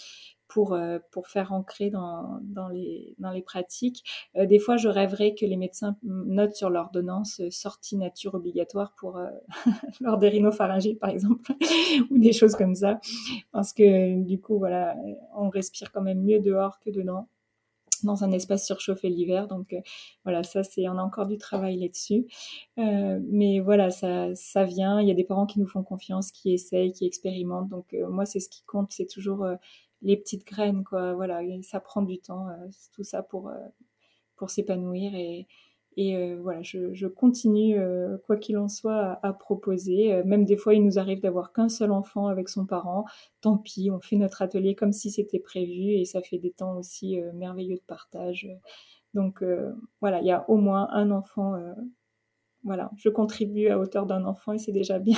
pour faire ancrer dans les pratiques. Des fois, je rêverais que les médecins notent sur l'ordonnance sortie nature obligatoire pour lors des rhinopharyngites, par exemple, ou des choses comme ça, parce que du coup, voilà, on respire quand même mieux dehors que dedans dans un espace surchauffé l'hiver. Donc voilà, on a encore du travail là-dessus. Mais voilà, ça vient. Il y a des parents qui nous font confiance, qui essayent, qui expérimentent. Donc moi, c'est ce qui compte, c'est toujours les petites graines, quoi. Voilà, et ça prend du temps, tout ça pour s'épanouir. Et voilà, je continue, quoi qu'il en soit, à proposer. Même des fois, il nous arrive d'avoir qu'un seul enfant avec son parent. Tant pis, on fait notre atelier comme si c'était prévu et ça fait des temps aussi merveilleux de partage. Donc voilà, il y a au moins un enfant. Voilà, je contribue à hauteur d'un enfant et c'est déjà bien.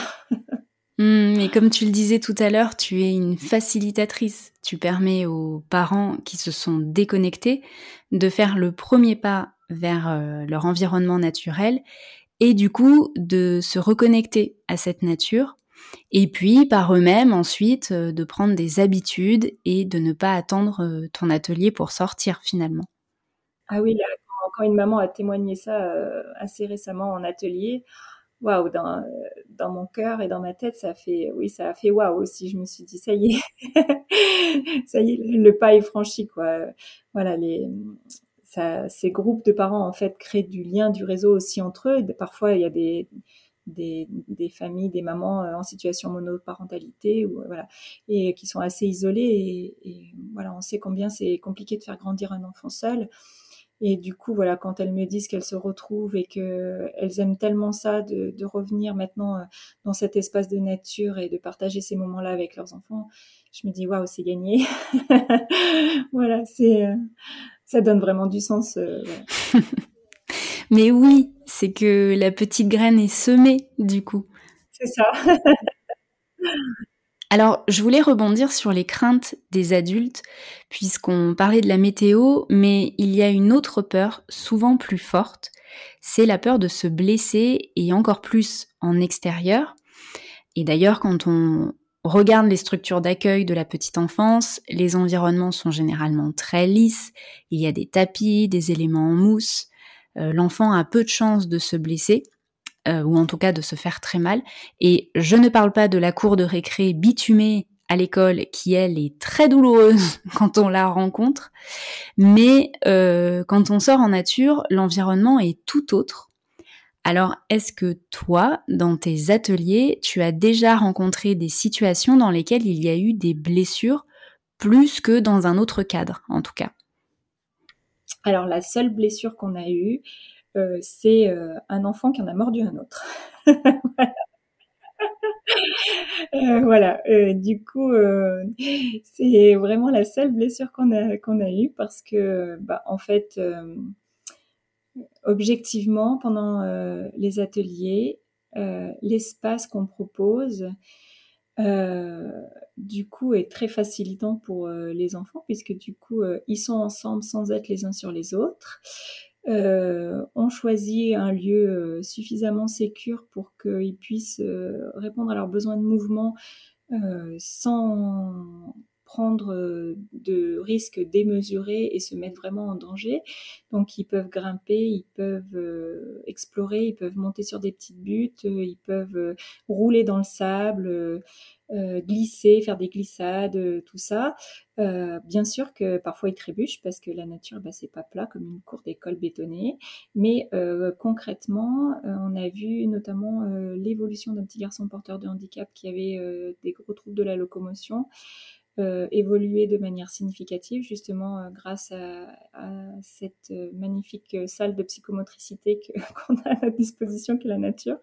Et comme tu le disais tout à l'heure, tu es une facilitatrice. Tu permets aux parents qui se sont déconnectés de faire le premier pas vers leur environnement naturel et du coup de se reconnecter à cette nature et puis par eux-mêmes ensuite de prendre des habitudes et de ne pas attendre ton atelier pour sortir finalement. Ah oui, là, quand une maman a témoigné ça assez récemment en atelier, waouh, dans mon cœur et dans ma tête, ça a fait waouh aussi. Je me suis dit, ça y est, ça y est, le pas est franchi, quoi. Voilà, ces groupes de parents, en fait, créent du lien, du réseau aussi entre eux. Parfois, il y a des familles, des mamans en situation monoparentalité, ou voilà, et qui sont assez isolées. Et voilà, on sait combien c'est compliqué de faire grandir un enfant seul. Et du coup, voilà, quand elles me disent qu'elles se retrouvent et qu'elles aiment tellement ça de revenir maintenant dans cet espace de nature et de partager ces moments-là avec leurs enfants, je me dis waouh, c'est gagné. Voilà, ça donne vraiment du sens. Voilà. Mais oui, c'est que la petite graine est semée du coup. C'est ça. Alors, je voulais rebondir sur les craintes des adultes, puisqu'on parlait de la météo, mais il y a une autre peur, souvent plus forte, c'est la peur de se blesser, et encore plus en extérieur. Et d'ailleurs, quand on regarde les structures d'accueil de la petite enfance, les environnements sont généralement très lisses, il y a des tapis, des éléments en mousse, l'enfant a peu de chances de se blesser, ou en tout cas de se faire très mal. Et je ne parle pas de la cour de récré bitumée à l'école qui, elle, est très douloureuse quand on la rencontre. Mais quand on sort en nature, l'environnement est tout autre. Alors, est-ce que toi, dans tes ateliers, tu as déjà rencontré des situations dans lesquelles il y a eu des blessures plus que dans un autre cadre, en tout cas? Alors la seule blessure qu'on a eue, c'est, un enfant qui en a mordu un autre. Voilà, du coup, c'est vraiment la seule blessure qu'on a eue parce que, bah, en fait, objectivement, pendant, les ateliers, l'espace qu'on propose, heu, du coup, est très facilitant pour, les enfants puisque du coup, ils sont ensemble sans être les uns sur les autres. On choisit un lieu, suffisamment sécure pour qu'ils puissent, répondre à leurs besoins de mouvement, sans prendre, de risques démesurés et se mettre vraiment en danger. Donc ils peuvent grimper, ils peuvent, explorer, ils peuvent monter sur des petites buttes, ils peuvent, rouler dans le sable, glisser, faire des glissades, tout ça. Bien sûr que parfois ils trébuchent parce que la nature, bah, c'est pas plat comme une cour d'école bétonnée. Mais concrètement, on a vu notamment l'évolution d'un petit garçon porteur de handicap qui avait des gros troubles de la locomotion évoluer de manière significative, justement grâce à cette magnifique salle de psychomotricité qu'on a à notre disposition, qui est la nature.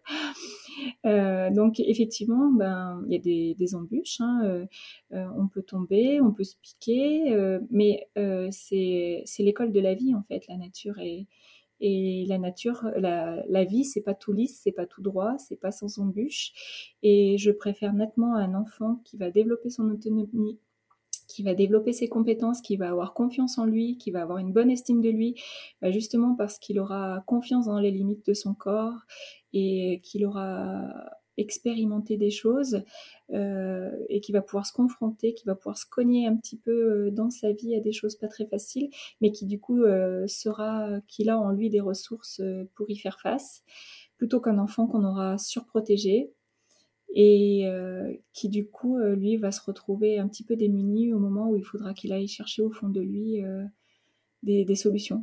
Donc effectivement, ben, il y a des embûches, hein, on peut tomber, on peut se piquer, mais c'est l'école de la vie en fait, la nature. Et la nature, la vie, c'est pas tout lisse, c'est pas tout droit, c'est pas sans embûches. Et je préfère nettement un enfant qui va développer son autonomie, qui va développer ses compétences, qui va avoir confiance en lui, qui va avoir une bonne estime de lui, bah justement parce qu'il aura confiance dans les limites de son corps et qu'il aura expérimenté des choses et qui va pouvoir se confronter, qui va pouvoir se cogner un petit peu dans sa vie à des choses pas très faciles, mais qui du coup qu'il a en lui des ressources pour y faire face, plutôt qu'un enfant qu'on aura surprotégé et qui du coup, lui, va se retrouver un petit peu démuni au moment où il faudra qu'il aille chercher au fond de lui, des solutions.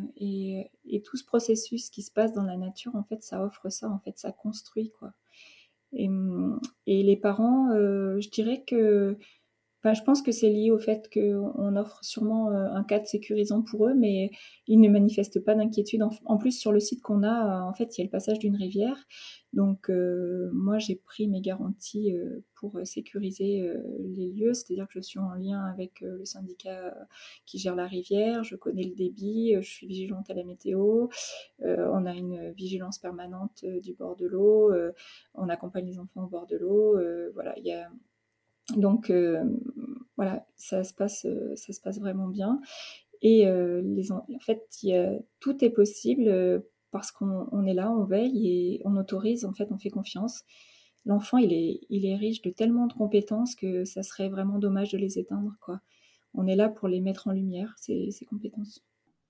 Et tout ce processus qui se passe dans la nature, en fait, ça offre ça, en fait, ça construit, quoi. Et et les parents, je dirais que enfin, je pense que c'est lié au fait qu'on offre sûrement, un cadre sécurisant pour eux, mais ils ne manifestent pas d'inquiétude. En plus, sur le site qu'on a, en fait, il y a le passage d'une rivière. Donc, moi, j'ai pris mes garanties, pour, sécuriser, les lieux. C'est-à-dire que je suis en lien avec, le syndicat, qui gère la rivière. Je connais le débit, je suis vigilante à la météo. On a une vigilance permanente, du bord de l'eau. On accompagne les enfants au bord de l'eau. Voilà, il y a donc voilà, ça se passe vraiment bien et en fait, tout est possible, parce qu'on est là, on veille et on autorise, en fait, on fait confiance. L'enfant, il est riche de tellement de compétences que ça serait vraiment dommage de les éteindre, quoi. On est là pour les mettre en lumière, ces compétences.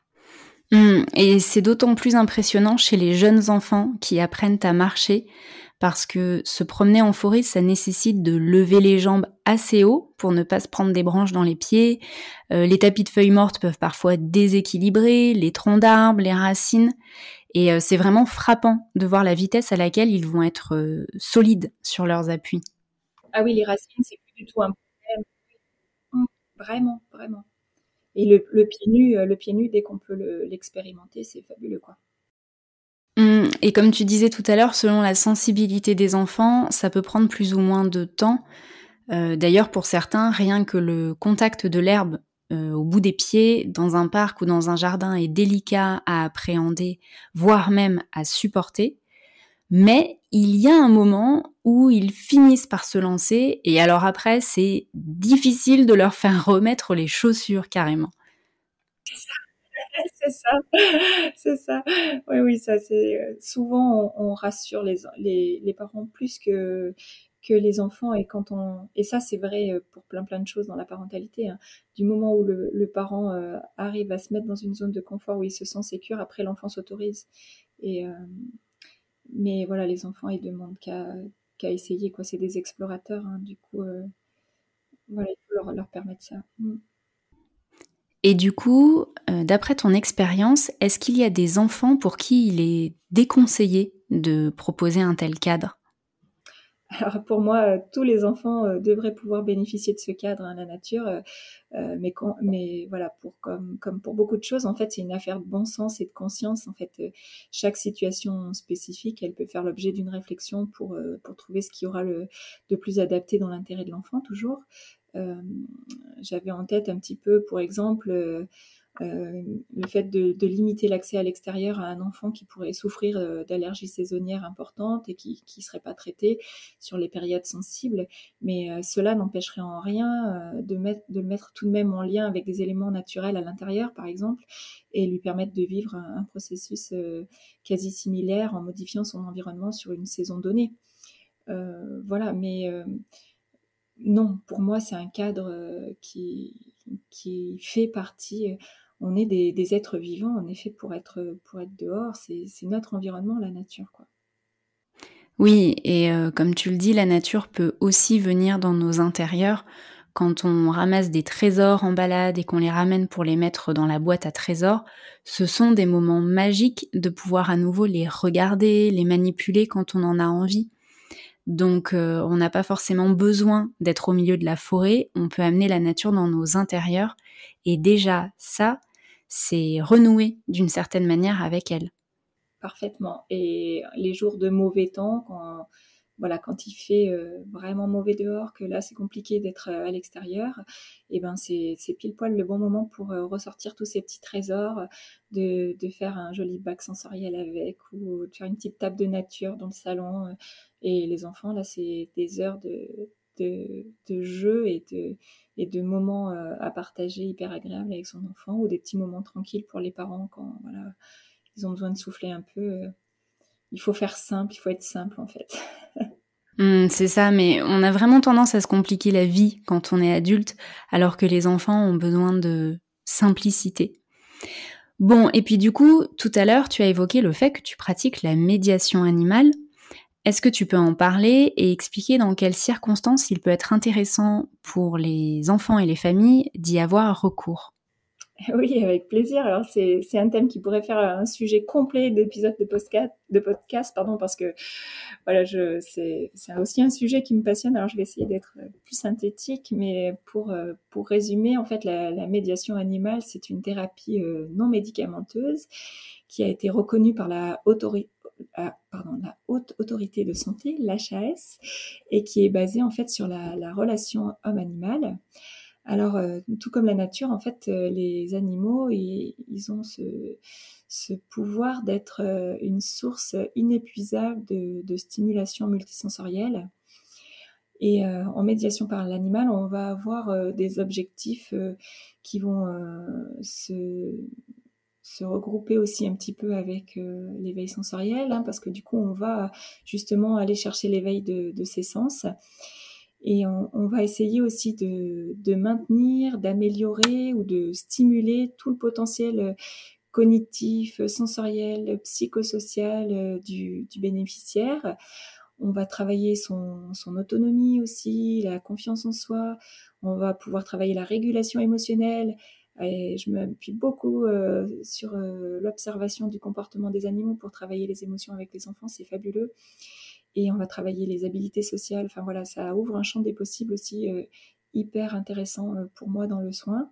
Et c'est d'autant plus impressionnant chez les jeunes enfants qui apprennent à marcher, parce que se promener en forêt, ça nécessite de lever les jambes assez haut pour ne pas se prendre des branches dans les pieds. Les tapis de feuilles mortes peuvent parfois déséquilibrer, les troncs d'arbres, les racines. Et c'est vraiment frappant de voir la vitesse à laquelle ils vont être solides sur leurs appuis. Ah oui, les racines, c'est plus du tout un problème. Vraiment, vraiment. Et le pied nu, dès qu'on peut l'expérimenter, c'est fabuleux, quoi. Et comme tu disais tout à l'heure, selon la sensibilité des enfants, ça peut prendre plus ou moins de temps. D'ailleurs, pour certains, rien que le contact de l'herbe au bout des pieds, dans un parc ou dans un jardin, est délicat à appréhender, voire même à supporter. Mais il y a un moment où ils finissent par se lancer, et alors après, c'est difficile de leur faire remettre les chaussures carrément. C'est ça, c'est ça. Oui, oui, ça c'est, souvent on rassure les parents plus que que les enfants, et ça c'est vrai pour plein de choses dans la parentalité, hein, du moment où le parent arrive à se mettre dans une zone de confort où il se sent sécure, après l'enfant s'autorise. Et, mais voilà, les enfants, ils demandent qu'à essayer, quoi. C'est des explorateurs, hein, du coup, voilà, il faut leur permettre ça. Mm. Et du coup, d'après ton expérience, est-ce qu'il y a des enfants pour qui il est déconseillé de proposer un tel cadre? Alors pour moi, tous les enfants devraient pouvoir bénéficier de ce cadre, hein, la nature. Mais voilà, comme pour beaucoup de choses, en fait, c'est une affaire de bon sens et de conscience. En fait, chaque situation spécifique, elle peut faire l'objet d'une réflexion pour trouver ce qui aura de plus adapté dans l'intérêt de l'enfant, toujours. Euh, J'avais en tête un petit peu, pour exemple, le fait de limiter l'accès à l'extérieur à un enfant qui pourrait souffrir d'allergies saisonnières importantes et qui ne serait pas traité sur les périodes sensibles. Mais cela n'empêcherait en rien de le mettre tout de même en lien avec des éléments naturels à l'intérieur, par exemple, et lui permettre de vivre un processus quasi similaire en modifiant son environnement sur une saison donnée. Voilà, mais non, pour moi, c'est un cadre qui fait partie. On est des êtres vivants, on est fait pour être dehors. C'est notre environnement, la nature, quoi. Oui, et comme tu le dis, la nature peut aussi venir dans nos intérieurs. Quand on ramasse des trésors en balade et qu'on les ramène pour les mettre dans la boîte à trésors, ce sont des moments magiques de pouvoir à nouveau les regarder, les manipuler quand on en a envie. Donc on n'a pas forcément besoin d'être au milieu de la forêt, on peut amener la nature dans nos intérieurs et déjà ça, c'est renouer d'une certaine manière avec elle. Parfaitement. Et les jours de mauvais temps, voilà, quand il fait vraiment mauvais dehors, que là c'est compliqué d'être à l'extérieur, et ben c'est pile poil le bon moment pour ressortir tous ces petits trésors, de faire un joli bac sensoriel avec, ou de faire une petite table de nature dans le salon. Et les enfants, là, c'est des heures de jeu et de moments à partager hyper agréables avec son enfant, ou des petits moments tranquilles pour les parents quand voilà, ils ont besoin de souffler un peu. Il faut faire simple, il faut être simple en fait. C'est ça, mais on a vraiment tendance à se compliquer la vie quand on est adulte, alors que les enfants ont besoin de simplicité. Bon, et puis du coup, tout à l'heure, tu as évoqué le fait que tu pratiques la médiation animale. Est-ce que tu peux en parler et expliquer dans quelles circonstances il peut être intéressant pour les enfants et les familles d'y avoir recours? Oui, avec plaisir. Alors c'est un thème qui pourrait faire un sujet complet d'épisodes de podcast, pardon, parce que voilà, c'est aussi un sujet qui me passionne. Alors je vais essayer d'être plus synthétique, mais pour résumer, en fait, la médiation animale, c'est une thérapie non médicamenteuse qui a été reconnue par la Haute Autorité de Santé, l'HAS, et qui est basée en fait sur la relation homme-animal. Alors, tout comme la nature, en fait, les animaux, ils ont ce pouvoir d'être une source inépuisable de stimulation multisensorielle. Et en médiation par l'animal, on va avoir des objectifs qui vont se regrouper aussi un petit peu avec l'éveil sensoriel, hein, parce que du coup, on va justement aller chercher l'éveil de ses sens. Et on va essayer aussi de maintenir, d'améliorer ou de stimuler tout le potentiel cognitif, sensoriel, psychosocial du bénéficiaire. On va travailler son autonomie aussi, la confiance en soi. On va pouvoir travailler la régulation émotionnelle. Et je m'appuie beaucoup sur l'observation du comportement des animaux pour travailler les émotions avec les enfants. C'est fabuleux. Et on va travailler les habilités sociales. Enfin voilà, ça ouvre un champ des possibles aussi hyper intéressant pour moi dans le soin.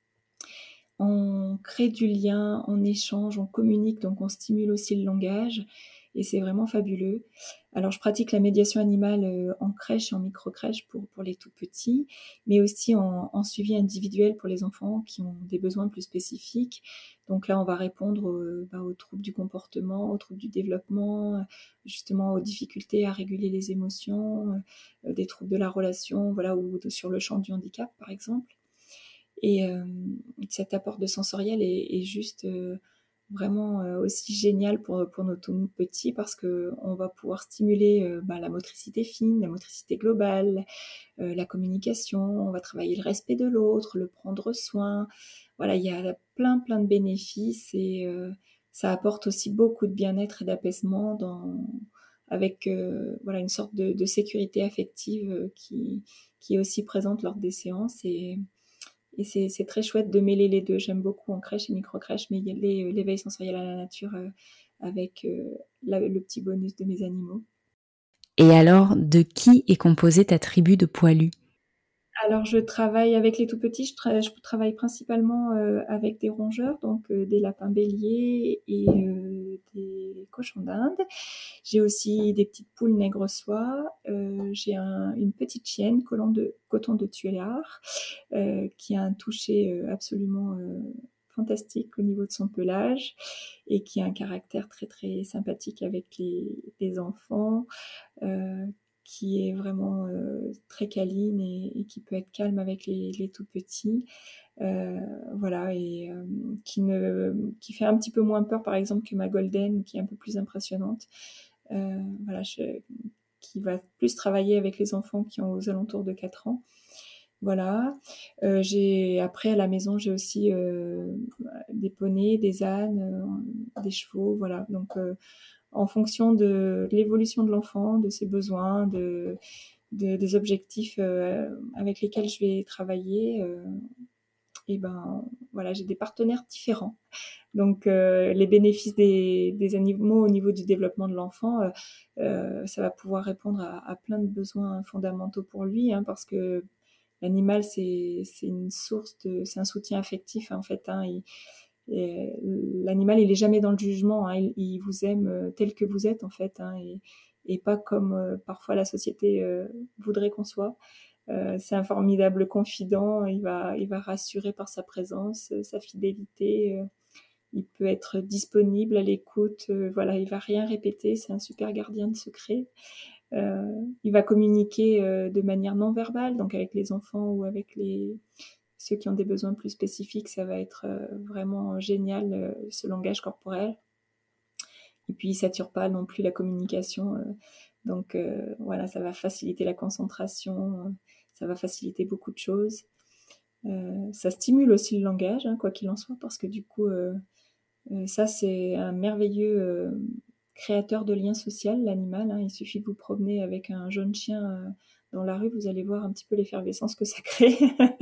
On crée du lien, on échange, on communique, donc on stimule aussi le langage et c'est vraiment fabuleux. Alors je pratique la médiation animale en crèche et en micro-crèche pour les tout petits, mais aussi en suivi individuel pour les enfants qui ont des besoins plus spécifiques. Donc là, on va répondre aux troubles du comportement, aux troubles du développement, justement aux difficultés à réguler les émotions, des troubles de la relation, voilà, ou sur le champ du handicap, par exemple. Et cet apport de sensoriel est juste vraiment aussi génial pour nos tout petits parce que on va pouvoir stimuler la motricité fine, la motricité globale, la communication, on va travailler le respect de l'autre, le prendre soin. Voilà, il y a plein de bénéfices et ça apporte aussi beaucoup de bien-être et d'apaisement avec voilà une sorte de sécurité affective qui est aussi présente lors des séances et c'est très chouette de mêler les deux. J'aime beaucoup en crèche et micro-crèche, mais il y a l'éveil sensoriel à la nature avec le petit bonus de mes animaux. Et alors, de qui est composée ta tribu de poilus? Alors, je travaille avec les tout petits. Je travaille principalement avec des rongeurs, donc des lapins béliers et des cochons d'Inde. J'ai aussi des petites poules nègre soie. J'ai une petite chienne coton de Tuléar qui a un toucher absolument fantastique au niveau de son pelage et qui a un caractère très très sympathique avec les enfants. Euh, qui est vraiment très câline et qui peut être calme avec les tout petits. Voilà, et qui fait un petit peu moins peur, par exemple, que ma Golden, qui est un peu plus impressionnante. Voilà, qui va plus travailler avec les enfants qui ont aux alentours de 4 ans. Voilà. Après, à la maison, j'ai aussi des poneys, des ânes, des chevaux. Voilà. Donc, en fonction de l'évolution de l'enfant, de ses besoins, des objectifs avec lesquels je vais travailler, et ben voilà, j'ai des partenaires différents. Donc les bénéfices des animaux au niveau du développement de l'enfant, ça va pouvoir répondre à plein de besoins fondamentaux pour lui, hein, parce que l'animal c'est une source c'est un soutien affectif en fait. Hein, l'animal il est jamais dans le jugement, hein, il vous aime tel que vous êtes en fait, hein, et pas comme parfois la société voudrait qu'on soit. C'est un formidable confident, il va rassurer par sa présence, sa fidélité. Il peut être disponible à l'écoute, voilà, il va rien répéter, c'est un super gardien de secret. Il va communiquer de manière non verbale, donc avec les enfants ou avec ceux qui ont des besoins plus spécifiques, ça va être vraiment génial, ce langage corporel. Et puis, il sature pas non plus la communication. Donc, voilà, ça va faciliter la concentration, ça va faciliter beaucoup de choses. Ça stimule aussi le langage, hein, quoi qu'il en soit, parce que du coup, ça, c'est un merveilleux créateur de liens sociaux, l'animal. Hein. Il suffit de vous promener avec un jeune chien dans la rue, vous allez voir un petit peu l'effervescence que ça crée.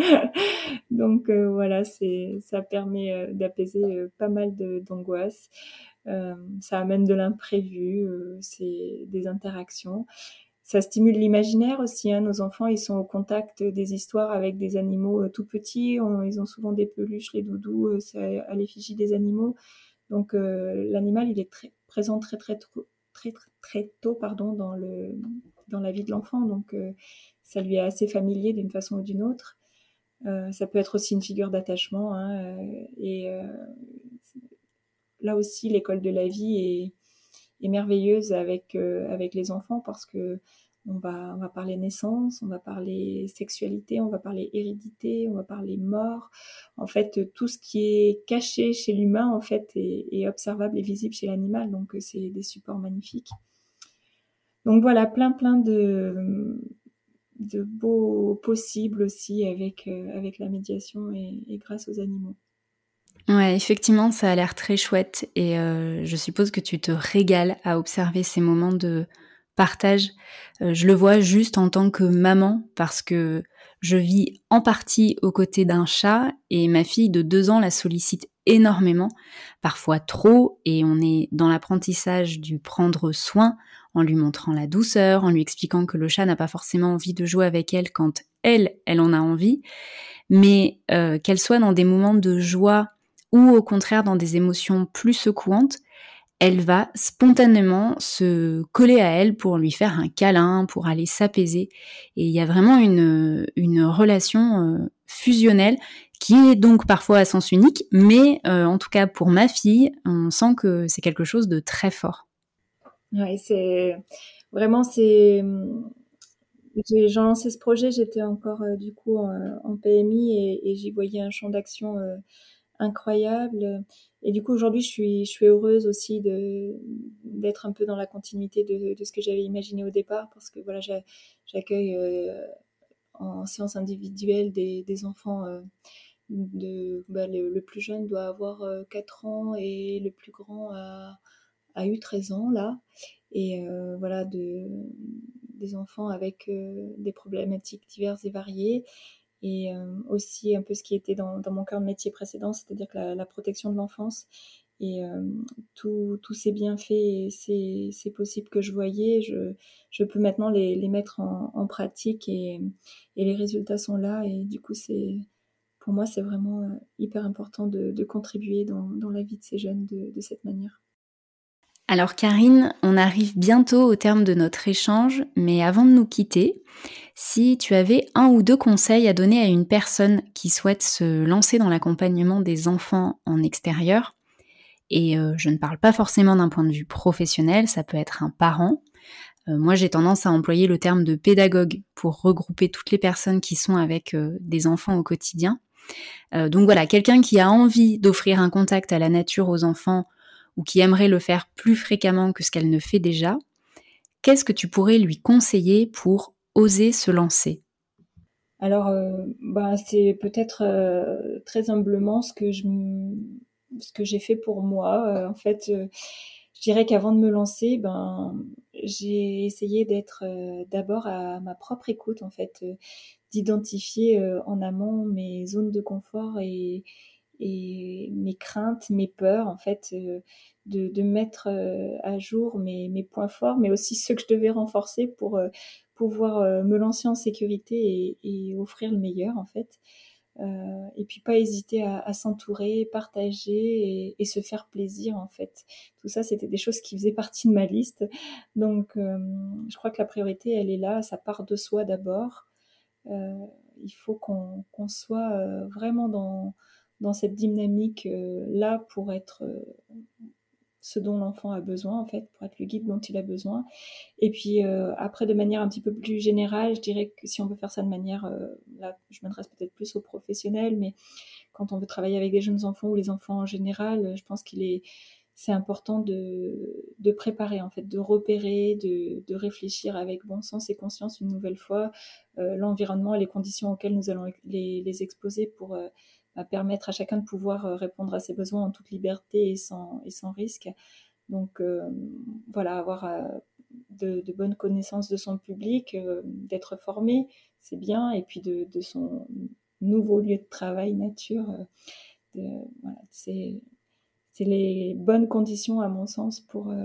Donc voilà, ça permet d'apaiser pas mal d'angoisse. Ça amène de l'imprévu, c'est des interactions. Ça stimule l'imaginaire aussi. Hein. Nos enfants, ils sont au contact des histoires avec des animaux tout petits. Ils ont souvent des peluches, les doudous, c'est à l'effigie des animaux. Donc l'animal, il est présent très tôt pardon, dans la vie de l'enfant. Donc ça lui est assez familier d'une façon ou d'une autre. Ça peut être aussi une figure d'attachement. Hein, et là aussi, l'école de la vie est merveilleuse avec les enfants parce que on va parler naissance, on va parler sexualité, on va parler hérédité, on va parler mort. En fait, tout ce qui est caché chez l'humain, en fait, est observable et visible chez l'animal. Donc, c'est des supports magnifiques. Donc voilà, plein de beaux possibles aussi avec la médiation et grâce aux animaux. Ouais, effectivement, ça a l'air très chouette et je suppose que tu te régales à observer ces moments de partage. Je le vois juste en tant que maman parce que je vis en partie aux côtés d'un chat et ma fille de 2 ans la sollicite énormément, parfois trop, et on est dans l'apprentissage du prendre soin en lui montrant la douceur, en lui expliquant que le chat n'a pas forcément envie de jouer avec elle quand elle en a envie, mais qu'elle soit dans des moments de joie ou au contraire dans des émotions plus secouantes, elle va spontanément se coller à elle pour lui faire un câlin, pour aller s'apaiser. Et il y a vraiment une relation fusionnelle qui est donc parfois à sens unique, mais en tout cas pour ma fille, on sent que c'est quelque chose de très fort. Ouais, c'est vraiment j'ai lancé ce projet, j'étais encore du coup en PMI et j'y voyais un champ d'action incroyable. Et du coup, aujourd'hui, je suis heureuse aussi d'être un peu dans la continuité de ce que j'avais imaginé au départ, parce que voilà, j'accueille en séance individuelle des enfants le plus jeune doit avoir 4 ans et le plus grand a eu 13 ans là. Et voilà, des enfants avec des problématiques diverses et variées. Et aussi un peu ce qui était dans mon cœur de métier précédent, c'est-à-dire que la protection de l'enfance et tous ces bienfaits et ces possibles que je voyais, je peux maintenant les mettre en pratique et les résultats sont là. Et du coup, pour moi, c'est vraiment hyper important de contribuer dans la vie de ces jeunes de cette manière. Alors Karine, on arrive bientôt au terme de notre échange, mais avant de nous quitter, si tu avais 1 ou 2 conseils à donner à une personne qui souhaite se lancer dans l'accompagnement des enfants en extérieur, et je ne parle pas forcément d'un point de vue professionnel, ça peut être un parent. Moi j'ai tendance à employer le terme de pédagogue pour regrouper toutes les personnes qui sont avec des enfants au quotidien. Donc voilà, quelqu'un qui a envie d'offrir un contact à la nature aux enfants ou qui aimerait le faire plus fréquemment que ce qu'elle ne fait déjà, qu'est-ce que tu pourrais lui conseiller pour oser se lancer ? Alors, c'est peut-être très humblement ce que j'ai fait pour moi. En fait, je dirais qu'avant de me lancer, j'ai essayé d'être d'abord à ma propre écoute, en fait, d'identifier en amont mes zones de confort et mes craintes, mes peurs, en fait, de mettre à jour mes points forts, mais aussi ceux que je devais renforcer pour pouvoir me lancer en sécurité et offrir le meilleur, en fait. Et puis pas hésiter à s'entourer, partager et se faire plaisir, en fait. Tout ça, c'était des choses qui faisaient partie de ma liste. Donc, je crois que la priorité, elle est là. Ça part de soi d'abord. Il faut qu'on soit vraiment dans cette dynamique là pour être ce dont l'enfant a besoin, en fait, pour être le guide dont il a besoin. Et puis après, de manière un petit peu plus générale, je dirais que si on veut faire ça de manière, là, je m'adresse peut-être plus aux professionnels, mais quand on veut travailler avec des jeunes enfants ou les enfants en général, je pense c'est important de préparer, en fait, de repérer, de réfléchir avec bon sens et conscience une nouvelle fois l'environnement et les conditions auxquelles nous allons les exposer pour permettre à chacun de pouvoir répondre à ses besoins en toute liberté et sans risque. Donc voilà, avoir de bonnes connaissances de son public, d'être formé, c'est bien, et puis de son nouveau lieu de travail nature. Voilà, c'est les bonnes conditions, à mon sens,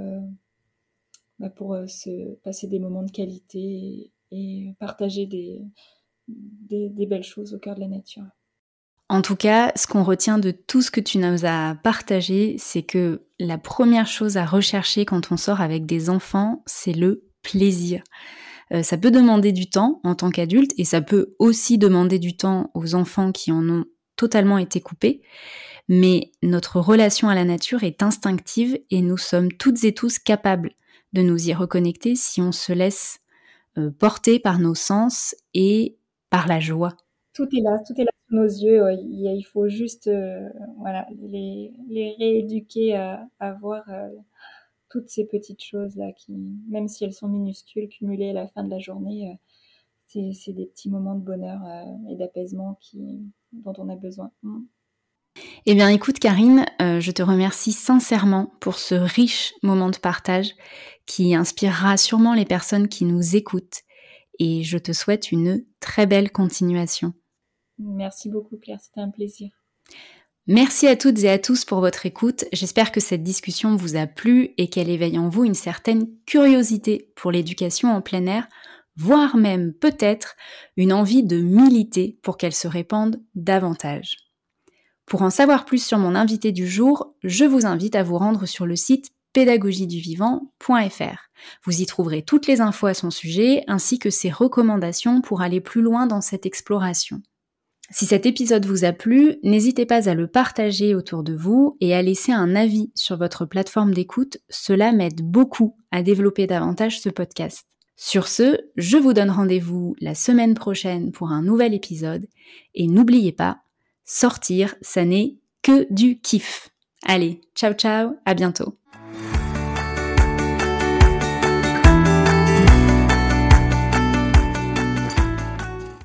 pour se passer des moments de qualité et partager des belles choses au cœur de la nature. En tout cas, ce qu'on retient de tout ce que tu nous as partagé, c'est que la première chose à rechercher quand on sort avec des enfants, c'est le plaisir. Ça peut demander du temps en tant qu'adulte et ça peut aussi demander du temps aux enfants qui en ont totalement été coupés. Mais notre relation à la nature est instinctive et nous sommes toutes et tous capables de nous y reconnecter si on se laisse porter par nos sens et par la joie. Tout est là sous nos yeux. Il faut juste voilà, les rééduquer à voir toutes ces petites choses-là qui, même si elles sont minuscules, cumulées à la fin de la journée, c'est des petits moments de bonheur et d'apaisement dont on a besoin. Eh bien écoute Karine, je te remercie sincèrement pour ce riche moment de partage qui inspirera sûrement les personnes qui nous écoutent et je te souhaite une très belle continuation. Merci beaucoup Claire, c'était un plaisir. Merci à toutes et à tous pour votre écoute. J'espère que cette discussion vous a plu et qu'elle éveille en vous une certaine curiosité pour l'éducation en plein air, voire même peut-être une envie de militer pour qu'elle se répande davantage. Pour en savoir plus sur mon invité du jour, je vous invite à vous rendre sur le site pédagogieduvivant.fr. Vous y trouverez toutes les infos à son sujet ainsi que ses recommandations pour aller plus loin dans cette exploration. Si cet épisode vous a plu, n'hésitez pas à le partager autour de vous et à laisser un avis sur votre plateforme d'écoute. Cela m'aide beaucoup à développer davantage ce podcast. Sur ce, je vous donne rendez-vous la semaine prochaine pour un nouvel épisode. Et n'oubliez pas, sortir, ça n'est que du kiff. Allez, ciao ciao, à bientôt.